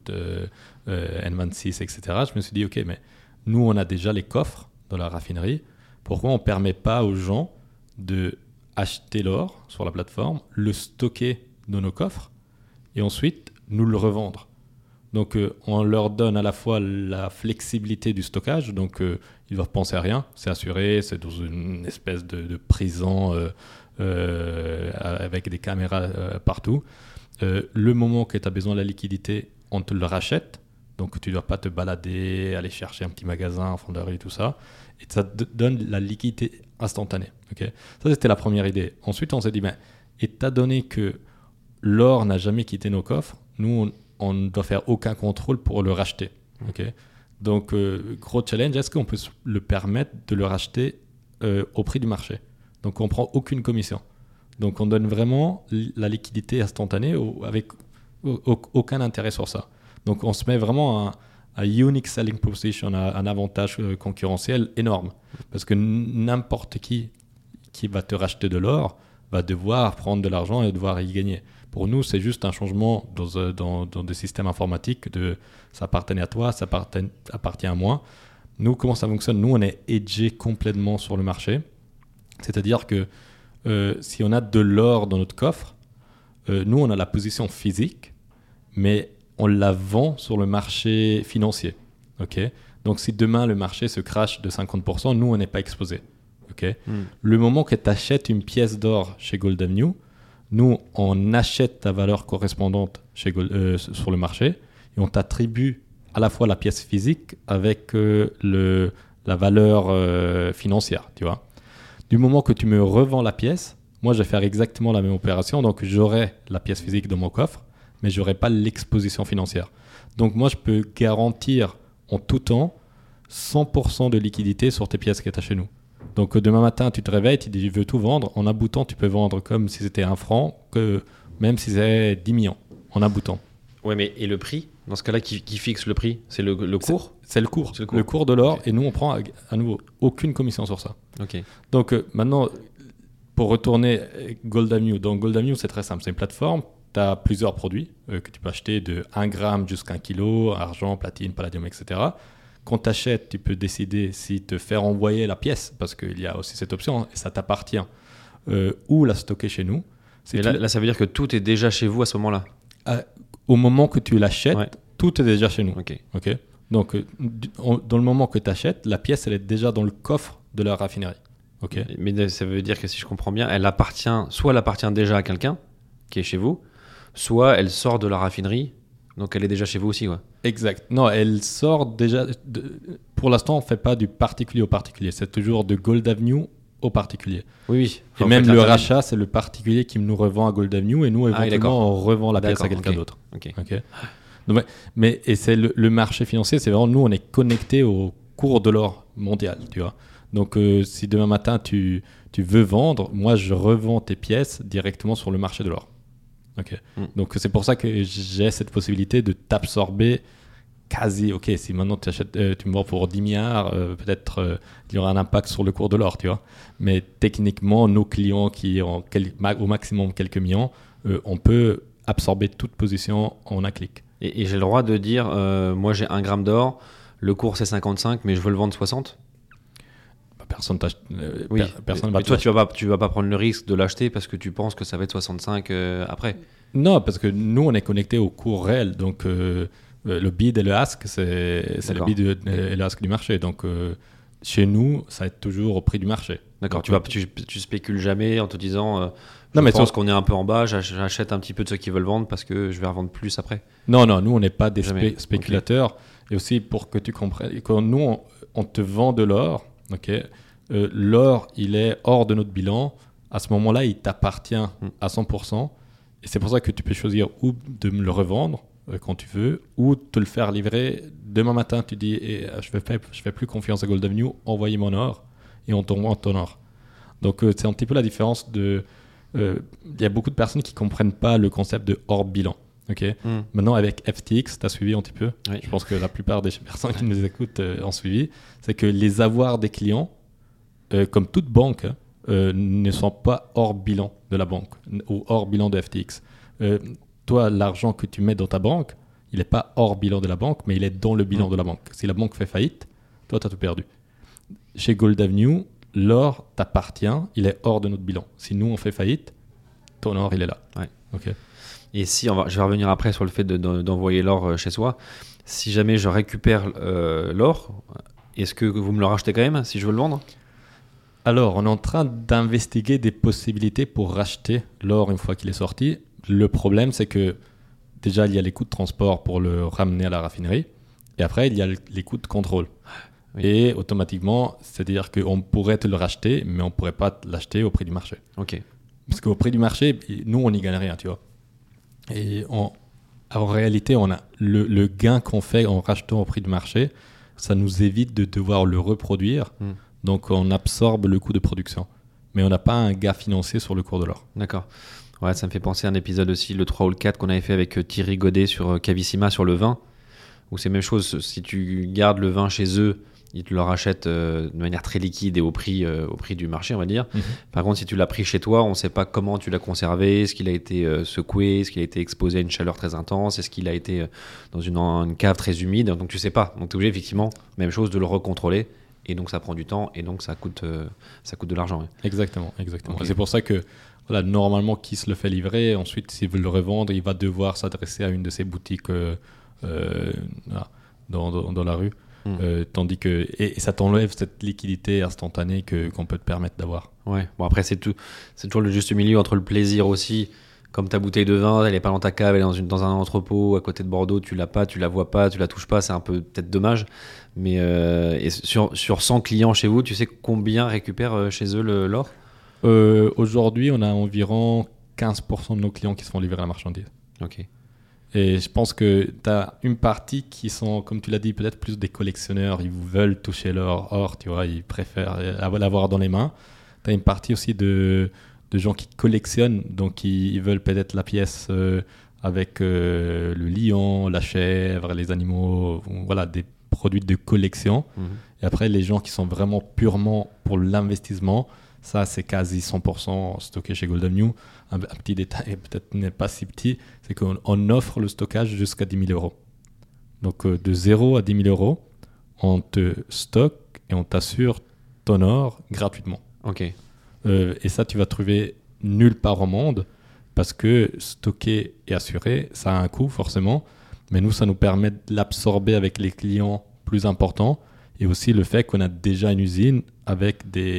N26, etc. Je me suis dit, ok, mais nous, on a déjà les coffres dans la raffinerie. Pourquoi on ne permet pas aux gens de acheter l'or sur la plateforme, le stocker dans nos coffres et ensuite nous le revendre? Donc, on leur donne à la fois la flexibilité du stockage. Donc, ils ne doivent penser à rien. C'est assuré, c'est dans une espèce de prison avec des caméras partout. Le moment que tu as besoin de la liquidité, on te le rachète. Donc, tu ne dois pas te balader, aller chercher un petit magasin en fonderie, tout ça. Et ça te donne la liquidité instantanée. Okay, ça, c'était la première idée. Ensuite, on s'est dit, étant donné que l'or n'a jamais quitté nos coffres, nous, on ne doit faire aucun contrôle pour le racheter. Okay, donc, gros challenge, est-ce qu'on peut le permettre de le racheter au prix du marché? Donc, on ne prend aucune commission. Donc, on donne vraiment la liquidité instantanée avec aucun intérêt sur ça. Donc, on se met vraiment un unique selling proposition, un avantage concurrentiel énorme. Parce que n'importe qui va te racheter de l'or va devoir prendre de l'argent et devoir y gagner. Pour nous, c'est juste un changement dans des systèmes informatiques de ça appartenait à toi, ça appartient à moi. Nous, comment ça fonctionne? Nous, on est hedgé complètement sur le marché. C'est-à-dire que si on a de l'or dans notre coffre, nous, on a la position physique, mais on la vend sur le marché financier. Okay, donc, si demain, le marché se crache de 50%, nous, on n'est pas exposé. Okay, le moment que tu achètes une pièce d'or chez Gold Avenue, nous, on achète ta valeur correspondante sur le marché et on t'attribue à la fois la pièce physique avec la valeur financière, tu vois. Du moment que tu me revends la pièce, moi, je vais faire exactement la même opération. Donc, j'aurai la pièce physique dans mon coffre, mais je n'aurai pas l'exposition financière. Donc, moi, je peux garantir en tout temps 100% de liquidité sur tes pièces que tu as chez nous. Donc, demain matin, tu te réveilles, tu dis, je veux tout vendre. En aboutant, tu peux vendre comme si c'était 1 franc, même si c'est 10 millions en aboutant. Ouais, mais et le prix? Dans ce cas-là, qui fixe le prix? C'est le cours? C'est le cours. Le cours de l'or. Okay. Et nous, on prend à nouveau aucune commission sur ça. Okay. Donc, maintenant, pour retourner Gold Avenue. Donc, Gold Avenue, c'est très simple. C'est une plateforme. Tu as plusieurs produits que tu peux acheter de 1 gramme jusqu'à 1 kilo, argent, platine, palladium, etc. Quand tu achètes, tu peux décider si te faire envoyer la pièce, parce qu'il y a aussi cette option, et ça t'appartient, ou la stocker chez nous. Et là, ça veut dire que tout est déjà chez vous à ce moment-là? Au moment que tu l'achètes, ouais. Tout est déjà chez nous. Okay. Donc, dans le moment que tu achètes, la pièce, elle est déjà dans le coffre de la raffinerie. Okay. Mais ça veut dire que si je comprends bien, soit elle appartient déjà à quelqu'un qui est chez vous, soit elle sort de la raffinerie, donc elle est déjà chez vous aussi. Ouais. Exact. Non, elle sort déjà... Pour l'instant, on ne fait pas du particulier au particulier. C'est toujours de Gold Avenue au particulier. Oui. Et même le rachat, c'est le particulier qui nous revend à Gold Avenue et nous, éventuellement, on revend la pièce à quelqu'un d'autre. Okay. Donc, et c'est le marché financier, c'est vraiment, nous, on est connecté au cours de l'or mondial, tu vois. Donc, si demain matin, tu veux vendre, moi, je revends tes pièces directement sur le marché de l'or. Donc, c'est pour ça que j'ai cette possibilité de t'absorber quasi. Ok, si maintenant tu me vends pour 10 milliards, peut-être il y aura un impact sur le cours de l'or, tu vois. Mais techniquement, nos clients qui ont au maximum quelques millions, on peut absorber toute position en un clic. Et j'ai le droit de dire, moi j'ai 1 gramme d'or, le cours c'est 55, mais je veux le vendre 60 ? personne Oui, personne mais va toi, te tu vas pas prendre le risque de l'acheter parce que tu penses que ça va être 65 après. Non, parce que nous, on est connecté au cours réel. Donc, le bid et le ask, c'est le D'accord. bid et le ask du marché. Donc, chez nous, ça va être toujours au prix du marché. D'accord, Donc, tu spécules jamais en te disant Non, je mais pense qu'on est un peu en bas, j'achète un petit peu de ceux qui veulent vendre parce que je vais revendre plus après. Non, nous, on n'est pas des Jamais. spéculateurs. Et aussi, pour que tu comprennes, quand nous, on te vend de l'or, ok, l'or, il est hors de notre bilan. À ce moment-là, il t'appartient à 100%. Et c'est pour ça que tu peux choisir ou de me le revendre quand tu veux, ou te le faire livrer. Demain matin, tu dis je fais plus confiance à Gold Avenue, envoyez mon or et on t'envoie ton or. Donc, c'est un petit peu la différence de... Il y a beaucoup de personnes qui ne comprennent pas le concept de hors bilan. Okay. Maintenant, avec FTX, tu as suivi un petit peu. Oui. Je pense que la plupart des personnes qui nous écoutent ont suivi. C'est que les avoirs des clients, comme toute banque, ne sont pas hors bilan de la banque ou hors bilan de FTX. Toi, l'argent que tu mets dans ta banque, il n'est pas hors bilan de la banque, mais il est dans le bilan de la banque. Si la banque fait faillite, toi, tu as tout perdu. Chez Gold Avenue, l'or t'appartient, il est hors de notre bilan. Si nous, on fait faillite, ton or, il est là. Ouais. Ok. Et si, je vais revenir après sur le fait d'envoyer l'or chez soi. Si jamais je récupère l'or, est-ce que vous me le rachetez quand même si je veux le vendre ? Alors, on est en train d'investiguer des possibilités pour racheter l'or une fois qu'il est sorti. Le problème, c'est que déjà, il y a les coûts de transport pour le ramener à la raffinerie. Et après, il y a les coûts de contrôle. Oui. Et automatiquement, c'est-à-dire qu'on pourrait te le racheter, mais on ne pourrait pas l'acheter au prix du marché. Ok. Parce qu'au prix du marché, nous, on n'y gagne rien, tu vois. Et en réalité, on a le gain qu'on fait en rachetant au prix du marché, ça nous évite de devoir le reproduire. Donc, on absorbe le coût de production. Mais on n'a pas un gain financier sur le cours de l'or. D'accord. Ouais, ça me fait penser à un épisode aussi, le 3 ou le 4, qu'on avait fait avec Thierry Godet sur Cavissima, sur le vin, où c'est la même chose. Si tu gardes le vin chez eux, ils te le rachètent de manière très liquide et au prix du marché, on va dire. Par contre, si tu l'as pris chez toi, on ne sait pas comment tu l'as conservé, est-ce qu'il a été secoué, est-ce qu'il a été exposé à une chaleur très intense, est-ce qu'il a été dans une cave très humide. Donc, tu ne sais pas. Donc, tu es obligé, effectivement, même chose, de le recontrôler. Et donc, ça prend du temps et donc, ça coûte de l'argent. Ouais. Exactement. Okay. C'est pour ça que, voilà, normalement, qui se le fait livrer, ensuite, s'il veut le revendre, il va devoir s'adresser à une de ces boutiques dans la rue. Tandis que et ça t'enlève cette liquidité instantanée qu'on peut te permettre d'avoir. Ouais. Bon, après c'est toujours le juste milieu entre le plaisir aussi, comme ta bouteille de vin, elle est pas dans ta cave, elle est dans un entrepôt à côté de Bordeaux, tu l'as pas, tu la vois pas, tu la touches pas, c'est un peu peut-être dommage. Mais et sur 100 clients chez vous, tu sais combien récupèrent chez eux l'or ? Aujourd'hui, on a environ 15% de nos clients qui se font livrer la marchandise. Ok. Et je pense que tu as une partie qui sont, comme tu l'as dit, peut-être plus des collectionneurs. Ils veulent toucher leur or, tu vois, ils préfèrent l'avoir dans les mains. Tu as une partie aussi de gens qui collectionnent, donc ils veulent peut-être la pièce avec le lion, la chèvre, les animaux, voilà, des produits de collection. Et après, les gens qui sont vraiment purement pour l'investissement, ça, c'est quasi 100% stocké chez Gold Avenue. Un petit détail, peut-être n'est pas si petit, c'est qu'on offre le stockage jusqu'à 10 000 euros. Donc, de 0 à 10 000 euros, on te stocke et on t'assure ton or gratuitement. Ok. Et ça, tu vas trouver nulle part au monde parce que stocker et assurer, ça a un coût forcément. Mais nous, ça nous permet de l'absorber avec les clients plus importants et aussi le fait qu'on a déjà une usine avec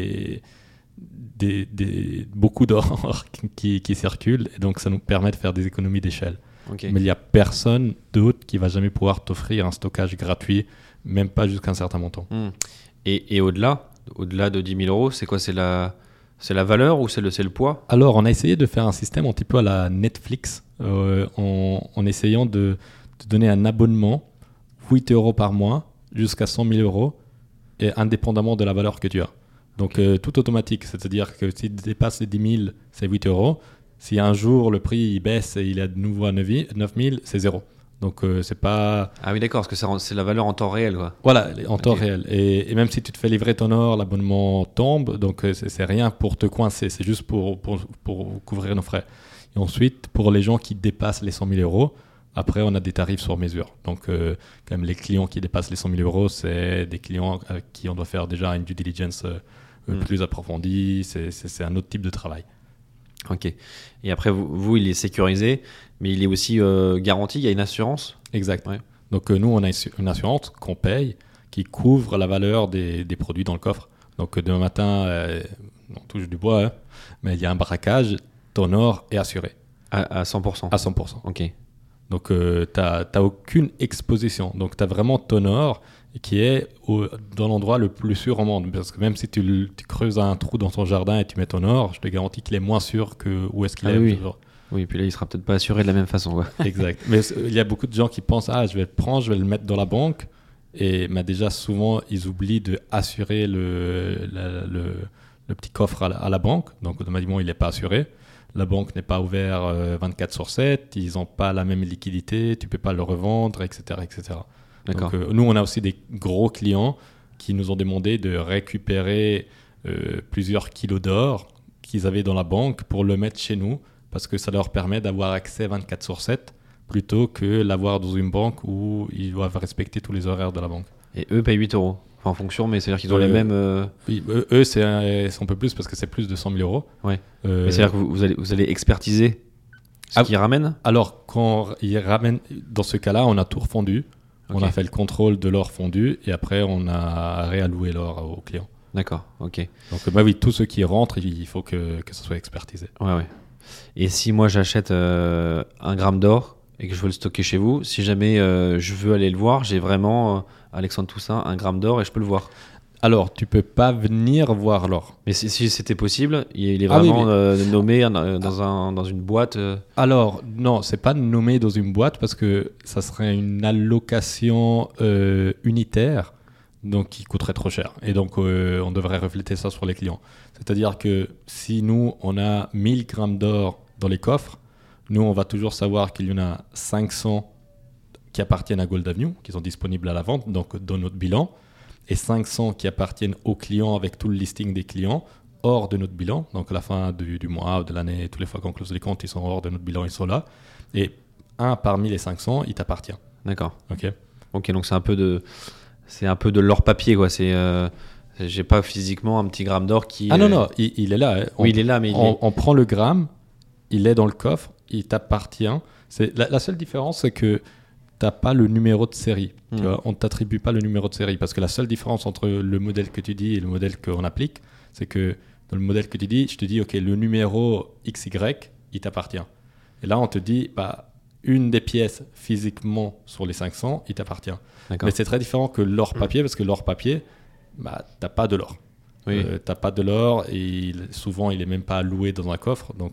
beaucoup d'or qui circulent et donc ça nous permet de faire des économies d'échelle. Okay. Mais il n'y a personne d'autre qui va jamais pouvoir t'offrir un stockage gratuit, même pas jusqu'à un certain montant. Et au-delà de 10 000 euros, c'est quoi ? C'est la valeur ou c'est le poids ? Alors, on a essayé de faire un système un petit peu à la Netflix en essayant de donner un abonnement 8 euros par mois jusqu'à 100 000 euros et indépendamment de la valeur que tu as. Donc, tout automatique, c'est-à-dire que si tu dépasses les 10 000, c'est 8 euros. Si un jour, le prix il baisse et il est de nouveau à 9 000, c'est 0. Donc, c'est pas... Ah oui, d'accord, parce que c'est la valeur en temps réel, quoi. Voilà, en temps réel. Et même si tu te fais livrer ton or, l'abonnement tombe. Donc, c'est rien pour te coincer. C'est juste pour couvrir nos frais. Et ensuite, pour les gens qui dépassent les 100 000 euros, après, on a des tarifs sur mesure. Donc, quand même, les clients qui dépassent les 100 000 euros, c'est des clients avec qui on doit faire déjà une due diligence plus approfondi, c'est un autre type de travail. Ok. Et après, vous, il est sécurisé, mais il est aussi garanti, il y a une assurance. Exact. Ouais. Donc nous, on a une assurance qu'on paye qui couvre la valeur des produits dans le coffre. Donc demain matin, on touche du bois, hein, mais il y a un braquage, ton or est assuré. À 100%. À 100%. Ok. Donc tu n'as aucune exposition. Donc tu as vraiment ton or qui est dans l'endroit le plus sûr au monde. Parce que même si tu creuses un trou dans ton jardin et tu mets ton or, je te garantis qu'il est moins sûr que où est-ce qu'il est. Oui. Oui, puis là, il sera peut-être pas assuré de la même façon. Ouais. Exact. Mais il y a beaucoup de gens qui pensent je vais le prendre, je vais le mettre dans la banque. Et déjà, souvent, ils oublient d'assurer le petit coffre à la banque. Donc, automatiquement, il n'est pas assuré. La banque n'est pas ouverte 24/7. Ils n'ont pas la même liquidité. Tu ne peux pas le revendre, etc. etc. D'accord. Donc, nous, on a aussi des gros clients qui nous ont demandé de récupérer plusieurs kilos d'or qu'ils avaient dans la banque pour le mettre chez nous parce que ça leur permet d'avoir accès 24/7 plutôt que l'avoir dans une banque où ils doivent respecter tous les horaires de la banque. Et eux payent 8 euros. Enfin, en fonction, mais c'est-à-dire qu'ils ont les mêmes... Oui, eux, c'est un peu plus parce que c'est plus de 100 000 euros. Ouais. Mais c'est-à-dire que vous allez expertiser ce qu'ils ramènent. Alors, quand ils ramènent, dans ce cas-là, on a tout refondu. Okay. On a fait le contrôle de l'or fondu et après, on a réalloué l'or aux clients. D'accord, ok. Donc, oui, tout ce qui rentre, il faut que ça soit expertisé. Ouais. Et si moi, j'achète 1 gramme d'or et que je veux le stocker chez vous, si jamais je veux aller le voir, j'ai vraiment, Alexandre Toussaint, 1 gramme d'or et je peux le voir. Alors, tu peux pas venir voir l'or. Mais si c'était possible, il est vraiment nommé dans une boîte Alors, non, c'est pas nommé dans une boîte parce que ça serait une allocation unitaire, donc qui coûterait trop cher. Et donc, on devrait refléter ça sur les clients. C'est-à-dire que si nous, on a 1000 grammes d'or dans les coffres, nous, on va toujours savoir qu'il y en a 500 qui appartiennent à Gold Avenue, qui sont disponibles à la vente, donc dans notre bilan, et 500 qui appartiennent aux clients avec tout le listing des clients, hors de notre bilan. Donc à la fin du mois ou de l'année, toutes les fois qu'on close les comptes, ils sont hors de notre bilan, ils sont là. Et un parmi les 500, il t'appartient. D'accord. Ok, donc c'est un peu de l'or papier, quoi. J'ai pas physiquement un petit gramme d'or qui... non, il est là. Hein. Oui, il est là, mais on prend le gramme, il est dans le coffre, il t'appartient. La seule différence, c'est que tu n'as pas le numéro de série. Tu vois, on ne t'attribue pas le numéro de série parce que la seule différence entre le modèle que tu dis et le modèle qu'on applique, c'est que dans le modèle que tu dis, je te dis, OK, le numéro XY, il t'appartient. Et là, on te dit, une des pièces physiquement sur les 500, il t'appartient. D'accord. Mais c'est très différent que l'or papier parce que l'or papier, tu n'as pas de l'or. Oui. Tu n'as pas de l'or et souvent, il n'est même pas loué dans un coffre. Donc,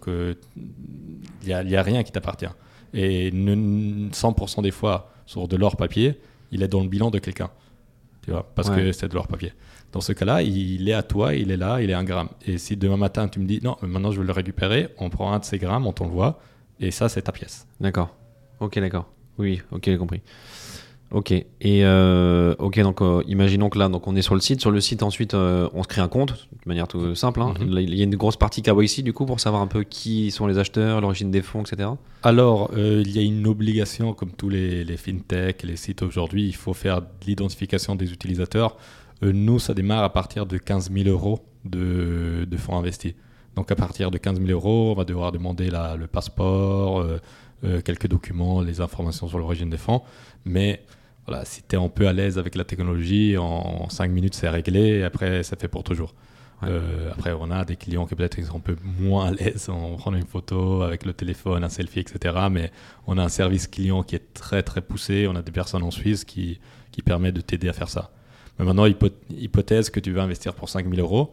il n'y a rien qui t'appartient. Et 100% des fois, sur de l'or papier, il est dans le bilan de quelqu'un. Tu vois, parce que c'est de l'or papier. Dans ce cas-là, il est à toi, il est là, il est 1 gramme. Et si demain matin, tu me dis, non, mais maintenant je veux le récupérer, on prend un de ces grammes, on t'envoie, et ça, c'est ta pièce. D'accord. Ok, d'accord. Oui, ok, j'ai compris. Ok. Et donc imaginons que là, donc on est sur le site. Sur le site, ensuite, on se crée un compte de manière tout simple. Hein. Mm-hmm. Il y a une grosse partie KYC du coup pour savoir un peu qui sont les acheteurs, l'origine des fonds, etc. Alors, il y a une obligation, comme tous les fintech, les sites aujourd'hui, il faut faire de l'identification des utilisateurs. Nous, ça démarre à partir de 15 000 euros de fonds investis. Donc, à partir de 15 000 euros, on va devoir demander le passeport, quelques documents, les informations sur l'origine des fonds. Mais voilà, si tu es un peu à l'aise avec la technologie, en 5 minutes, c'est réglé. Et après, c'est fait pour toujours. Ouais. Après, on a des clients qui peut-être sont un peu moins à l'aise. On prend une photo avec le téléphone, un selfie, etc. Mais on a un service client qui est très, très poussé. On a des personnes en Suisse qui permettent de t'aider à faire ça. Mais maintenant, hypothèse que tu veux investir pour 5 000 euros,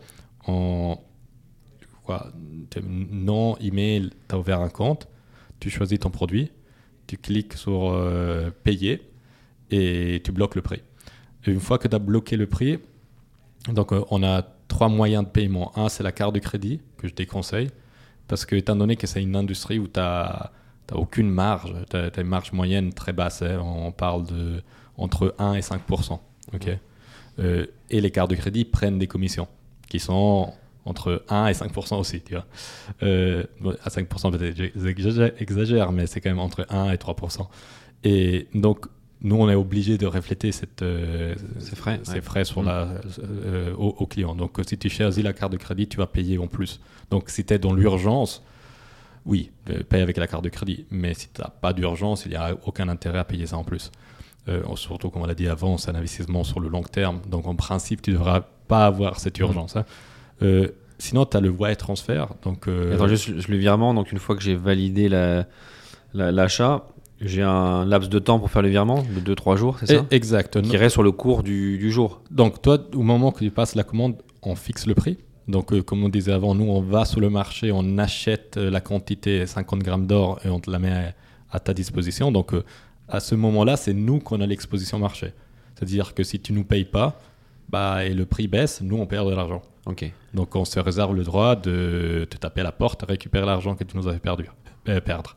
nom, email, tu as ouvert un compte, tu choisis ton produit, tu cliques sur payer et tu bloques le prix. Et une fois que tu as bloqué le prix, donc on a 3 moyens de paiement. Un, c'est la carte de crédit que je déconseille parce que étant donné que c'est une industrie où tu n'as aucune marge, tu as une marge moyenne très basse. Hein, on parle entre 1 et 5%. Okay. Et les cartes de crédit prennent des commissions qui sont entre 1 et 5% aussi. Tu vois. À 5% peut-être j'exagère, mais c'est quand même entre 1 et 3%. Et donc, nous, on est obligé de refléter ces frais sur au client. Donc, si tu choisis la carte de crédit, tu vas payer en plus. Donc, si tu es dans l'urgence, oui, paye avec la carte de crédit. Mais si tu n'as pas d'urgence, il n'y a aucun intérêt à payer ça en plus. Surtout, comme on l'a dit avant, c'est un investissement sur le long terme. Donc, en principe, tu ne devras pas avoir cette urgence. Sinon, tu as le wire transfer. Donc, Attends, juste le virement. Donc, une fois que j'ai validé l'achat, j'ai un laps de temps pour faire le virement de 2-3 jours, c'est ça? Exact. Qui reste sur le cours du jour. Donc, toi, au moment que tu passes la commande, on fixe le prix. Donc, comme on disait avant, nous, on va sur le marché, on achète la quantité 50 grammes d'or et on te la met à ta disposition. Donc, à ce moment-là, c'est nous qu'on a l'exposition marché. C'est-à-dire que si tu ne nous payes pas et le prix baisse, nous, on perd de l'argent. Okay. Donc, on se réserve le droit de te taper à la porte, récupérer l'argent que tu nous avais perdre.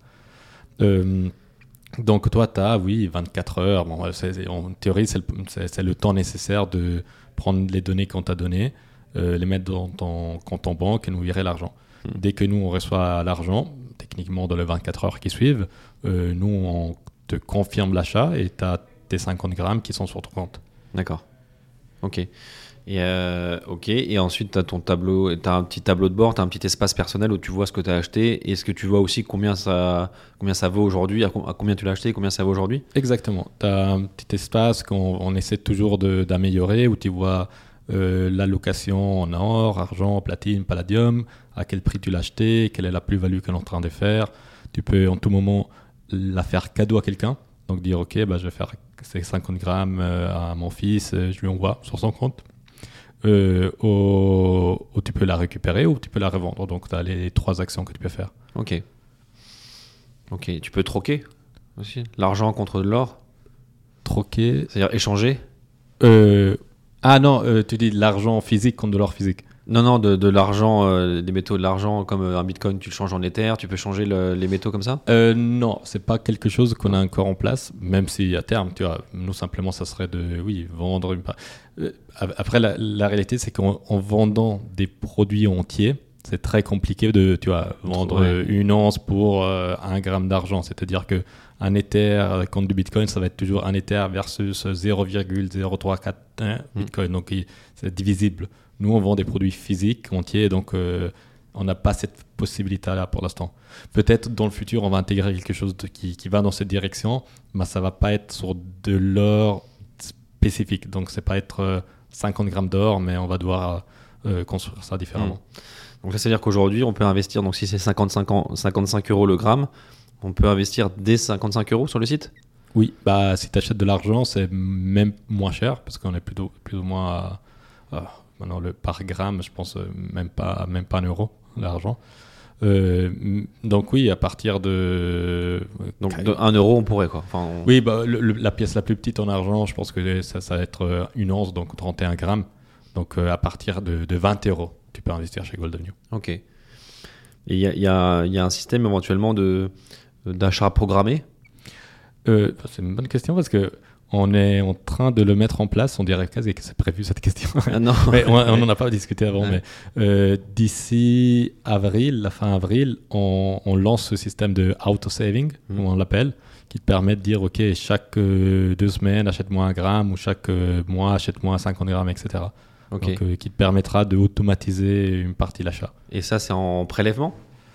Donc, toi, tu as, 24 heures. Bon, en théorie, c'est le temps nécessaire de prendre les données qu'on t'a données, les mettre dans ton compte en banque et nous virer l'argent. Dès que nous, on reçoit l'argent, techniquement dans les 24 heures qui suivent, nous, on te confirme l'achat et tu as tes 50 grammes qui sont sur ton compte. D'accord. Ok. Et ensuite, tu as ton tableau, tu as un petit tableau de bord, tu as un petit espace personnel où tu vois ce que tu as acheté. Est-ce que tu vois aussi combien ça vaut aujourd'hui, à combien tu l'as acheté et combien ça vaut aujourd'hui? Exactement. Tu as un petit espace qu'on essaie toujours d'améliorer où tu vois l'allocation en or, argent, platine, palladium, à quel prix tu l'as acheté, quelle est la plus-value qu'on est en train de faire. Tu peux en tout moment la faire cadeau à quelqu'un. Donc dire, ok, je vais faire ces 50 grammes à mon fils, je lui envoie sur son compte. Ou tu peux la récupérer ou tu peux la revendre. Donc, tu as les 3 actions que tu peux faire. Ok. Tu peux troquer aussi l'argent contre de l'or? Troquer? C'est-à-dire échanger? Tu dis de l'argent physique contre de l'or physique? Non, de l'argent, des métaux de l'argent, comme un bitcoin, tu le changes en Ether, tu peux changer les métaux comme ça? Non, c'est pas quelque chose qu'on a encore en place, même si à terme, tu vois, nous simplement, ça serait de vendre une part. Après, la réalité, c'est qu'en vendant des produits entiers, c'est très compliqué de vendre une once pour 1 gramme d'argent. C'est-à-dire qu'un Ether contre du bitcoin, ça va être toujours un Ether versus 0,0341 bitcoin. Donc, c'est divisible. Nous, on vend des produits physiques entiers, donc on n'a pas cette possibilité-là pour l'instant. Peut-être dans le futur, on va intégrer quelque chose qui va dans cette direction, mais ça ne va pas être sur de l'or spécifique. Donc, ce n'est pas être 50 grammes d'or, mais on va devoir construire ça différemment. Donc, ça veut dire qu'aujourd'hui, on peut investir, donc si c'est 55 € le gramme, on peut investir dès 55 € sur le site? Oui, si tu achètes de l'argent, c'est même moins cher, parce qu'on est plus ou moins maintenant, par gramme, je pense même pas 1 euro l'argent. Donc oui, à partir de... Donc de 1 euro, on pourrait quoi. Oui, la pièce la plus petite en argent, je pense que ça va être une once, donc 31 grammes. Donc à partir de 20 €, tu peux investir chez Gold Avenue. Ok. Et il y a un système éventuellement d'achat programmé? C'est une bonne question parce que on est en train de le mettre en place. On dirait quasi que c'est prévu cette question. Ah non. Mais on n'en a pas discuté avant. Ouais. Mais d'ici la fin avril, on lance ce système de auto-saving, comme on l'appelle, qui te permet de dire, OK, chaque 2 semaines, achète-moi 1 gramme, ou chaque mois, achète-moi 50 grammes, etc. Okay. Donc, qui te permettra d'automatiser une partie de l'achat. Et ça, c'est en prélèvement?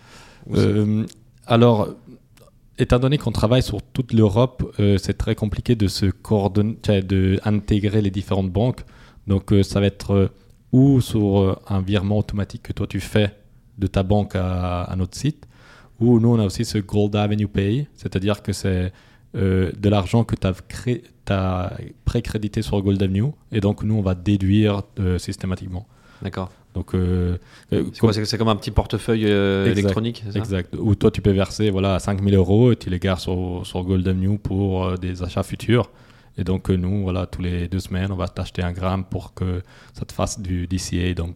Alors... Étant donné qu'on travaille sur toute l'Europe, c'est très compliqué de se coordonner, d'intégrer les différentes banques. Donc, ça va être ou sur un virement automatique que toi tu fais de ta banque à notre site, ou nous on a aussi ce Gold Avenue Pay, c'est-à-dire que c'est de l'argent que tu as pré-crédité sur Gold Avenue, et donc nous on va déduire systématiquement. D'accord. Donc, c'est comme un petit portefeuille électronique, c'est ça? Exact. Où toi, tu peux verser 5 000 € et tu les gardes sur Gold Avenue pour des achats futurs. Et donc, nous, tous les 2 semaines, on va t'acheter 1 gramme pour que ça te fasse du DCA. Donc,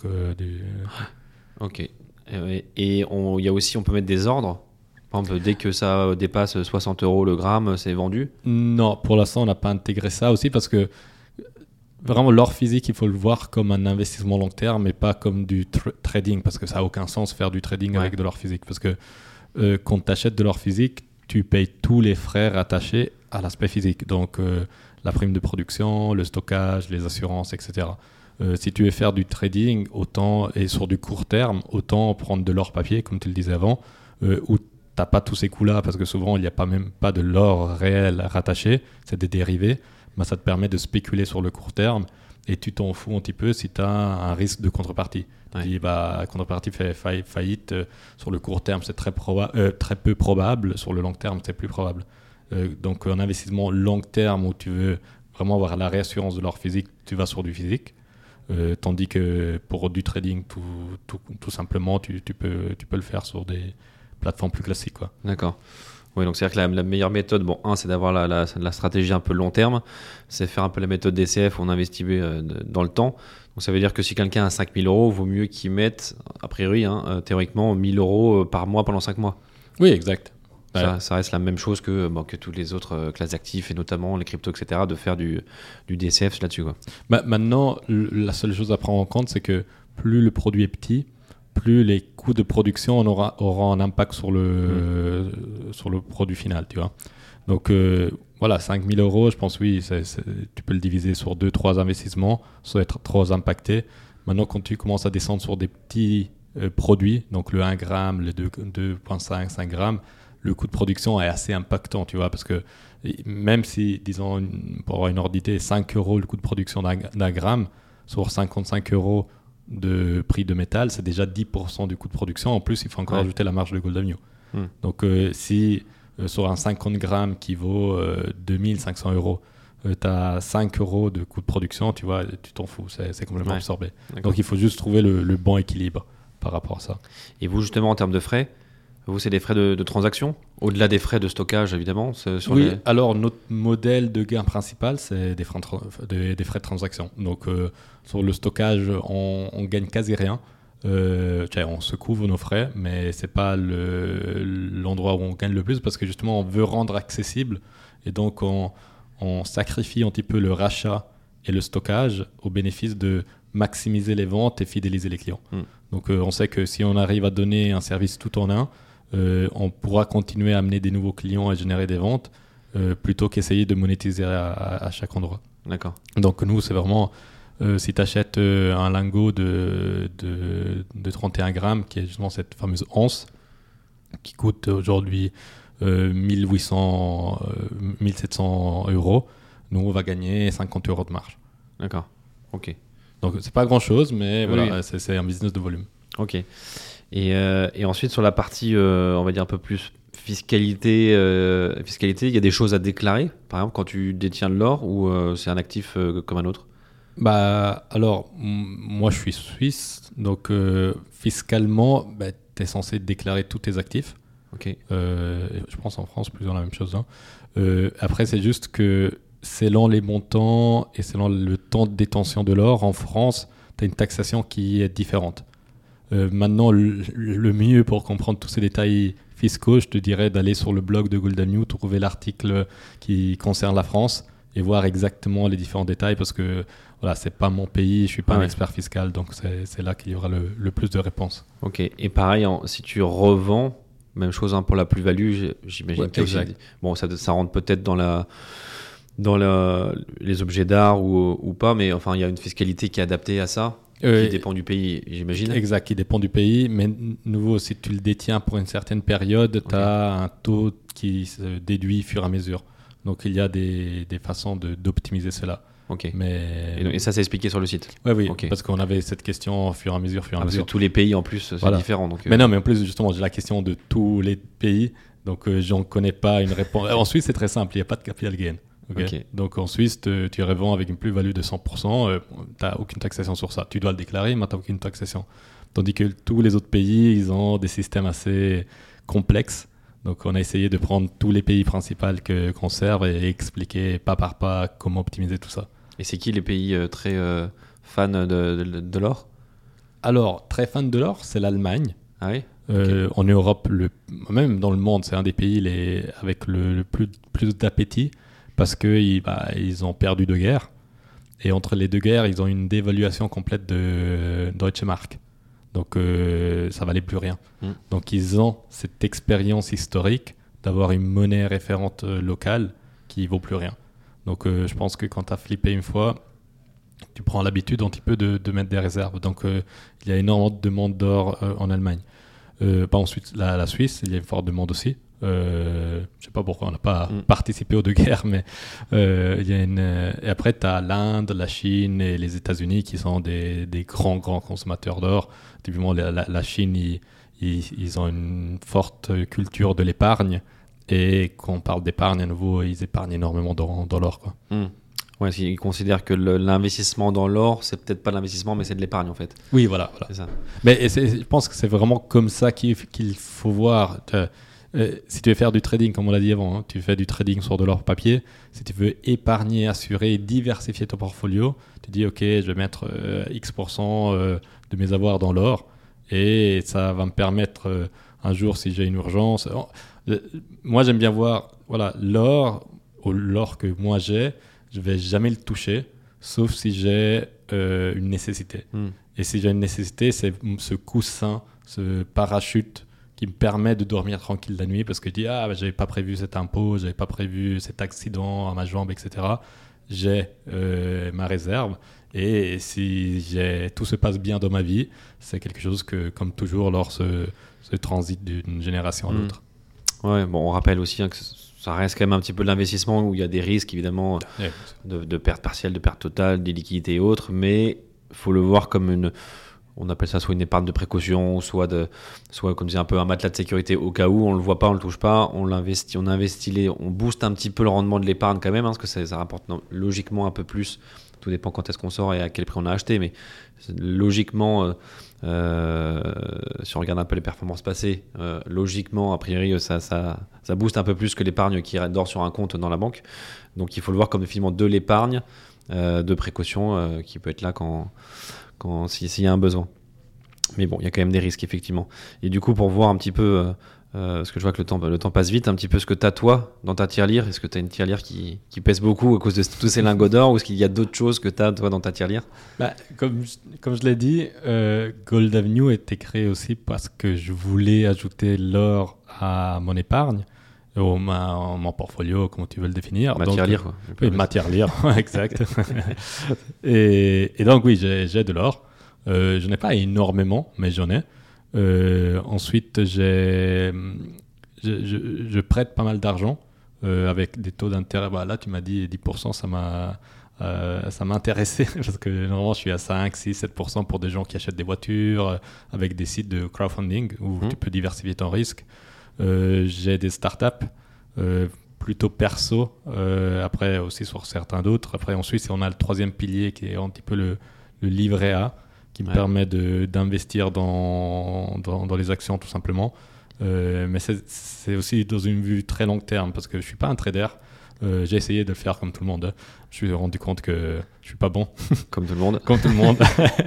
Ok. Et il y a aussi, on peut mettre des ordres. Par exemple, dès que ça dépasse 60 € le gramme, c'est vendu? Non, pour l'instant, on n'a pas intégré ça aussi parce que vraiment, l'or physique, il faut le voir comme un investissement long terme et pas comme du trading, parce que ça n'a aucun sens faire du trading avec de l'or physique. Parce que quand tu achètes de l'or physique, tu payes tous les frais rattachés à l'aspect physique. Donc, la prime de production, le stockage, les assurances, etc. Si tu veux faire du trading, et sur du court terme, autant prendre de l'or papier, comme tu le disais avant, où tu n'as pas tous ces coûts-là, parce que souvent, il n'y a même pas de l'or réel rattaché, c'est des dérivés. Ça te permet de spéculer sur le court terme, et tu t'en fous un petit peu si tu as un risque de contrepartie. Tu dis, contrepartie fait faillite, sur le court terme, c'est très peu probable, sur le long terme, c'est plus probable. Donc, un investissement long terme où tu veux vraiment avoir la réassurance de l'or physique, tu vas sur du physique. Tandis que pour du trading, tout simplement, tu peux le faire sur des plateformes plus classiques, quoi. D'accord. Oui, donc c'est-à-dire que la meilleure méthode, c'est d'avoir la stratégie un peu long terme, c'est faire un peu la méthode DCF où on investit dans le temps. Donc ça veut dire que si quelqu'un a 5 000 euros, il vaut mieux qu'il mette, a priori, théoriquement, 1 000 euros par mois pendant 5 mois. Oui, exact. Ça reste la même chose que toutes les autres classes d'actifs et notamment les cryptos, etc., de faire du DCF là-dessus, quoi. Maintenant, la seule chose à prendre en compte, c'est que plus le produit est petit, plus les coûts de production auront un impact sur le produit final, tu vois. Donc, 5 000 euros, je pense, oui, tu peux le diviser sur 2-3 investissements sans être trop impacté. Maintenant, quand tu commences à descendre sur des petits produits, donc le 1 gramme, le 2,5, 5 grammes, le coût de production est assez impactant, tu vois, parce que même si, disons, pour avoir une ordre d'idée, 5 euros le coût de production d'un gramme, sur 55 euros de prix de métal, c'est déjà 10% du coût de production. En plus, il faut encore ajouter la marge de Gold Avenue. Donc, si sur un 50 grammes qui vaut 2500 euros, tu as 5 euros de coût de production, tu vois, tu t'en fous, c'est complètement absorbé. D'accord. Donc, il faut juste trouver le bon équilibre par rapport à ça. Et vous, justement, en termes de frais, vous, c'est des frais de transaction, au-delà des frais de stockage, évidemment. Alors notre modèle de gain principal, c'est des frais de transaction. Donc, sur le stockage, on gagne quasi rien. On se couvre nos frais, mais c'est pas l'endroit où on gagne le plus, parce que justement, on veut rendre accessible. Et donc, on sacrifie un petit peu le rachat et le stockage au bénéfice de maximiser les ventes et fidéliser les clients. Donc, on sait que si on arrive à donner un service tout en un, on pourra continuer à amener des nouveaux clients et générer des ventes plutôt qu'essayer de monétiser à chaque endroit. D'accord. Donc nous, c'est vraiment, si tu achètes un lingot de 31 grammes, qui est justement cette fameuse once, qui coûte aujourd'hui 1800, 1700 euros, nous, on va gagner 50 euros de marge. D'accord, ok. Donc c'est pas grand-chose, mais voilà, c'est un business de volume. Ok. Et ensuite, sur la partie, on va dire un peu plus fiscalité, il y a des choses à déclarer, par exemple, quand tu détiens de l'or, ou c'est un actif comme un autre? Alors, moi, je suis suisse, donc fiscalement, tu es censé déclarer tous tes actifs. Ok. Je pense en France, plus ou moins la même chose. Après, c'est juste que selon les montants et selon le temps de détention de l'or, en France, tu as une taxation qui est différente. Maintenant, le mieux pour comprendre tous ces détails fiscaux, je te dirais d'aller sur le blog de Gold Avenue, trouver l'article qui concerne la France et voir exactement les différents détails, parce que voilà, c'est pas mon pays, je suis pas un expert fiscal, donc c'est là qu'il y aura le plus de réponses. Ok. Et pareil, si tu revends, même chose pour la plus-value, j'imagine que ça rentre peut-être dans les objets d'art ou pas, mais enfin il y a une fiscalité qui est adaptée à ça. Qui dépend du pays, j'imagine. Exact, qui dépend du pays. Mais nouveau, si tu le détiens pour une certaine période, tu as un taux qui se déduit au fur et à mesure. Donc, il y a des façons d'optimiser cela. Ok. Mais... Et ça, c'est expliqué sur le site? Oui, okay. Parce qu'on avait cette question au fur et à mesure. Parce que tous les pays, en plus, c'est différent. Donc, mais non, mais en plus, justement, j'ai la question de tous les pays. Donc, j'en connais pas une réponse. En Suisse, c'est très simple. Il n'y a pas de capital gain. Okay. Donc en Suisse, tu revends avec une plus-value de 100%, tu n'as aucune taxation sur ça. Tu dois le déclarer, mais tu n'as aucune taxation. Tandis que tous les autres pays, ils ont des systèmes assez complexes. Donc on a essayé de prendre tous les pays principaux qu'on serve et expliquer pas par pas comment optimiser tout ça. Et c'est qui les pays très fans de l'or? Alors, très fans de l'or, c'est l'Allemagne. Ah oui? En Europe, même dans le monde, c'est un des pays avec le plus d'appétit. Parce qu'ils ont perdu 2 guerres. Et entre les 2 guerres, ils ont une dévaluation complète de Deutsche Mark. Donc, ça valait plus rien. Donc, ils ont cette expérience historique d'avoir une monnaie référente locale qui vaut plus rien. Donc je pense que quand tu as flippé une fois, tu prends l'habitude un petit peu de mettre des réserves. Donc il y a énormément de demande d'or en Allemagne. Ensuite, la Suisse, il y a une forte demande aussi. Je sais pas pourquoi on n'a pas participé aux deux guerres, mais il y a et après tu as l'Inde, la Chine et les États-Unis qui sont des grands consommateurs d'or. Typiquement la Chine, ils ont une forte culture de l'épargne, et quand on parle d'épargne à nouveau, ils épargnent énormément dans l'or, quoi. Ouais, ils considèrent que l'investissement dans l'or, c'est peut-être pas l'investissement, mais c'est de l'épargne en fait. Oui, voilà. C'est ça. Mais je pense que c'est vraiment comme ça qu'il faut voir. Si tu veux faire du trading, comme on l'a dit avant, tu fais du trading sur de l'or papier. Si tu veux épargner, assurer, diversifier ton portfolio, tu dis ok, je vais mettre X% de mes avoirs dans l'or, et ça va me permettre un jour, si j'ai une urgence. Moi, j'aime bien voir l'or que moi j'ai. Je vais jamais le toucher, sauf si j'ai une nécessité. Et si j'ai une nécessité, c'est ce coussin, ce parachute qui me permet de dormir tranquille la nuit, parce que je dis j'avais pas prévu cet impôt, j'avais pas prévu cet accident à ma jambe, etc. J'ai ma réserve, et si tout se passe bien dans ma vie, c'est quelque chose que, comme toujours, l'or se transite d'une génération à l'autre. Ouais, bon, on rappelle aussi que ça reste quand même un petit peu de l'investissement où il y a des risques évidemment de perte partielle, de perte totale, d'illiquidité et autres, mais il faut le voir comme on appelle ça soit une épargne de précaution, soit comme disait un peu un matelas de sécurité au cas où on le voit pas, on le touche pas, on l'investit, on booste un petit peu le rendement de l'épargne quand même, parce que ça rapporte logiquement un peu plus. Tout dépend quand est-ce qu'on sort et à quel prix on a acheté, mais logiquement, si on regarde un peu les performances passées, logiquement, a priori, ça booste un peu plus que l'épargne qui dort sur un compte dans la banque. Donc il faut le voir comme finalement de l'épargne de précaution qui peut être là s'il y a un besoin. Mais bon, il y a quand même des risques, effectivement. Et du coup, pour voir un petit peu, parce que je vois que le temps passe vite, un petit peu ce que tu as toi dans ta tirelire. Est-ce que tu as une tirelire qui pèse beaucoup à cause de tous ces lingots d'or, ou est-ce qu'il y a d'autres choses que tu as toi dans ta tirelire? Comme je l'ai dit, Gold Avenue était créé aussi parce que je voulais ajouter l'or à mon épargne, mon portfolio, comment tu veux le définir. Tirelire, quoi. Oui, ma tirelire, exact. et donc oui, j'ai de l'or. Je n'ai pas énormément, mais j'en ai. Ensuite, je prête pas mal d'argent avec des taux d'intérêt. Là, tu m'as dit 10%, ça m'a intéressé parce que normalement, je suis à 5, 6, 7% pour des gens qui achètent des voitures avec des sites de crowdfunding où tu peux diversifier ton risque. J'ai des startups plutôt perso, après aussi sur certains d'autres. Après, ensuite, on a le troisième pilier qui est un petit peu le livret A, qui me permet d'investir dans les actions tout simplement. Mais c'est aussi dans une vue très long terme, parce que je ne suis pas un trader. J'ai essayé de le faire comme tout le monde. Je me suis rendu compte que je ne suis pas bon. Comme tout le monde. Comme tout le monde.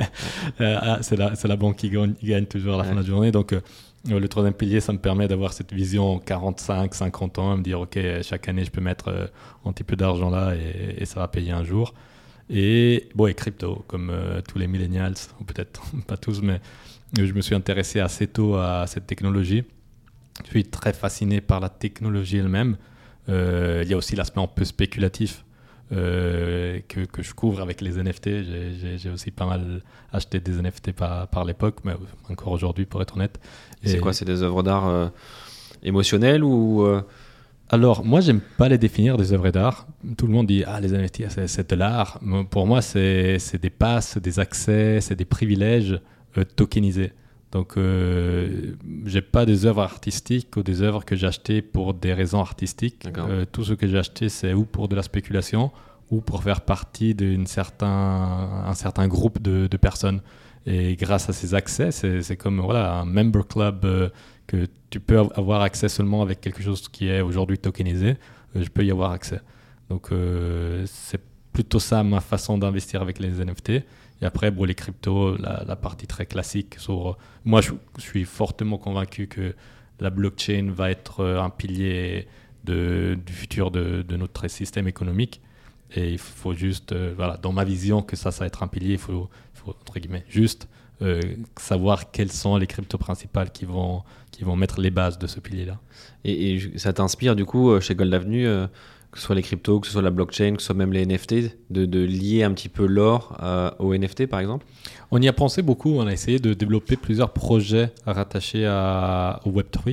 C'est la banque qui gagne toujours à la fin de la journée. Donc le troisième pilier, ça me permet d'avoir cette vision 45, 50 ans, et me dire ok, chaque année je peux mettre un petit peu d'argent là et ça va payer un jour. Et crypto, comme tous les millennials, ou peut-être pas tous, mais je me suis intéressé assez tôt à cette technologie. Je suis très fasciné par la technologie elle-même. Il y a aussi l'aspect un peu spéculatif que je couvre avec les NFT. J'ai aussi pas mal acheté des NFT par l'époque, mais encore aujourd'hui, pour être honnête. C'est quoi? C'est des œuvres d'art émotionnelles ou Alors, moi, j'aime pas les définir, des œuvres d'art. Tout le monde dit « les NFT, c'est de l'art ». Pour moi, c'est des passes, des accès, c'est des privilèges tokenisés. Donc, j'ai pas des œuvres artistiques ou des œuvres que j'ai achetées pour des raisons artistiques. Tout ce que j'ai acheté, c'est ou pour de la spéculation ou pour faire partie d'un certain groupe de personnes. Et grâce à ces accès, c'est comme un member club que tu peux avoir accès seulement avec quelque chose qui est aujourd'hui tokenisé. Je peux y avoir accès. Donc, c'est plutôt ça ma façon d'investir avec les NFT. Et après, les cryptos, la partie très classique. Moi, je suis fortement convaincu que la blockchain va être un pilier du futur de notre système économique. Et il faut juste, dans ma vision, que ça va être un pilier. Il faut entre guillemets, juste savoir quelles sont les cryptos principales qui vont mettre les bases de ce pilier-là. Et ça t'inspire du coup chez Gold Avenue, que ce soit les cryptos, que ce soit la blockchain, que ce soit même les NFT, de lier un petit peu l'or aux NFT par exemple? On y a pensé beaucoup, on a essayé de développer plusieurs projets rattachés au Web3.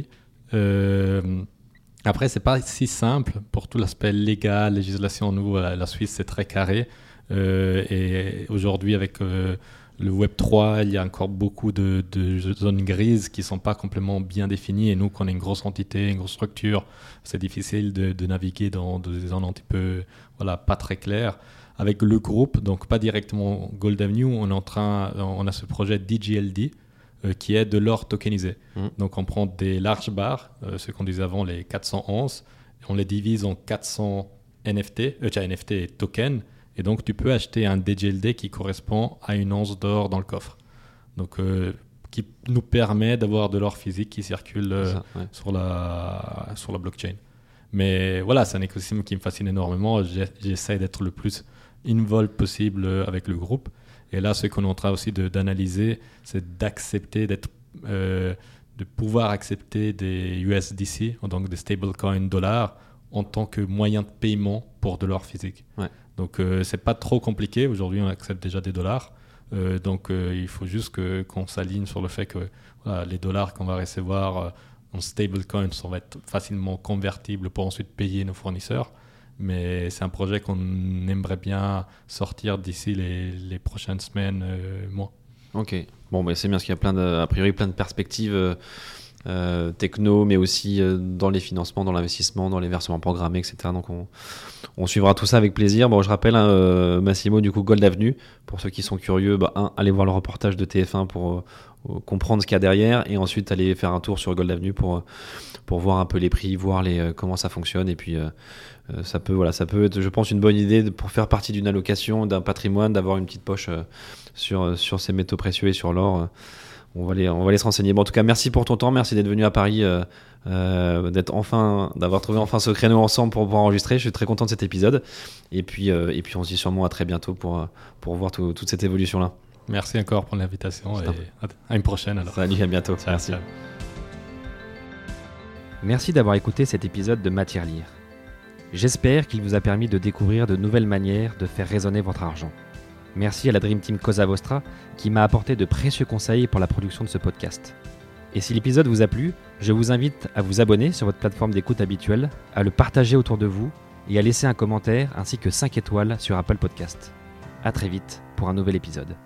Après, c'est pas si simple pour tout l'aspect légal, législation. Nous, la Suisse, c'est très carré. Et aujourd'hui, avec le Web3, il y a encore beaucoup de zones grises qui ne sont pas complètement bien définies. Et nous, qu'on est une grosse entité, une grosse structure, c'est difficile de naviguer dans des zones un petit peu pas très claires. Avec le groupe, donc pas directement Gold Avenue, on a ce projet DGLD qui est de l'or tokenisé. Donc on prend des larges barres, ce qu'on disait avant, les 411, et on les divise en 400 NFT et tokens. Et donc, tu peux acheter un DGLD qui correspond à une once d'or dans le coffre. Donc, qui nous permet d'avoir de l'or physique qui circule sur la blockchain. Mais voilà, c'est un écosystème qui me fascine énormément. J'essaie d'être le plus involved possible avec le groupe. Et là, ce qu'on est en train aussi d'analyser, c'est d'accepter de pouvoir accepter des USDC, donc des stablecoins dollars, en tant que moyen de paiement pour de l'or physique. Ouais. Donc, c'est pas trop compliqué. Aujourd'hui, on accepte déjà des dollars. Donc, il faut juste qu'on s'aligne sur le fait que les dollars qu'on va recevoir en stablecoin vont être facilement convertibles pour ensuite payer nos fournisseurs. Mais c'est un projet qu'on aimerait bien sortir d'ici les prochaines semaines, mois. Ok. Bon, c'est bien parce qu'il y a a priori plein de perspectives techno, mais aussi dans les financements, dans l'investissement, dans les versements programmés, etc. Donc on suivra tout ça avec plaisir. Bon, je rappelle, Massimo, du coup, Gold Avenue, pour ceux qui sont curieux, allez voir le reportage de TF1 pour comprendre ce qu'il y a derrière, et ensuite allez faire un tour sur Gold Avenue pour voir un peu les prix, voir comment ça fonctionne, et puis ça peut être, je pense, une bonne idée pour faire partie d'une allocation, d'un patrimoine, d'avoir une petite poche sur ces métaux précieux et sur l'or. On va aller se renseigner. Bon, en tout cas, merci pour ton temps, merci d'être venu à Paris, d'avoir trouvé enfin ce créneau ensemble pour pouvoir enregistrer. Je suis très content de cet épisode. Et puis on se dit sûrement à très bientôt pour voir toute cette évolution-là. Merci encore pour l'invitation et à une prochaine alors. Salut, à bientôt. Merci. Merci d'avoir écouté cet épisode de Matière Lire. J'espère qu'il vous a permis de découvrir de nouvelles manières de faire résonner votre argent. Merci à la Dream Team Cosa Vostra qui m'a apporté de précieux conseils pour la production de ce podcast. Et si l'épisode vous a plu, je vous invite à vous abonner sur votre plateforme d'écoute habituelle, à le partager autour de vous et à laisser un commentaire ainsi que 5 étoiles sur Apple Podcast. À très vite pour un nouvel épisode.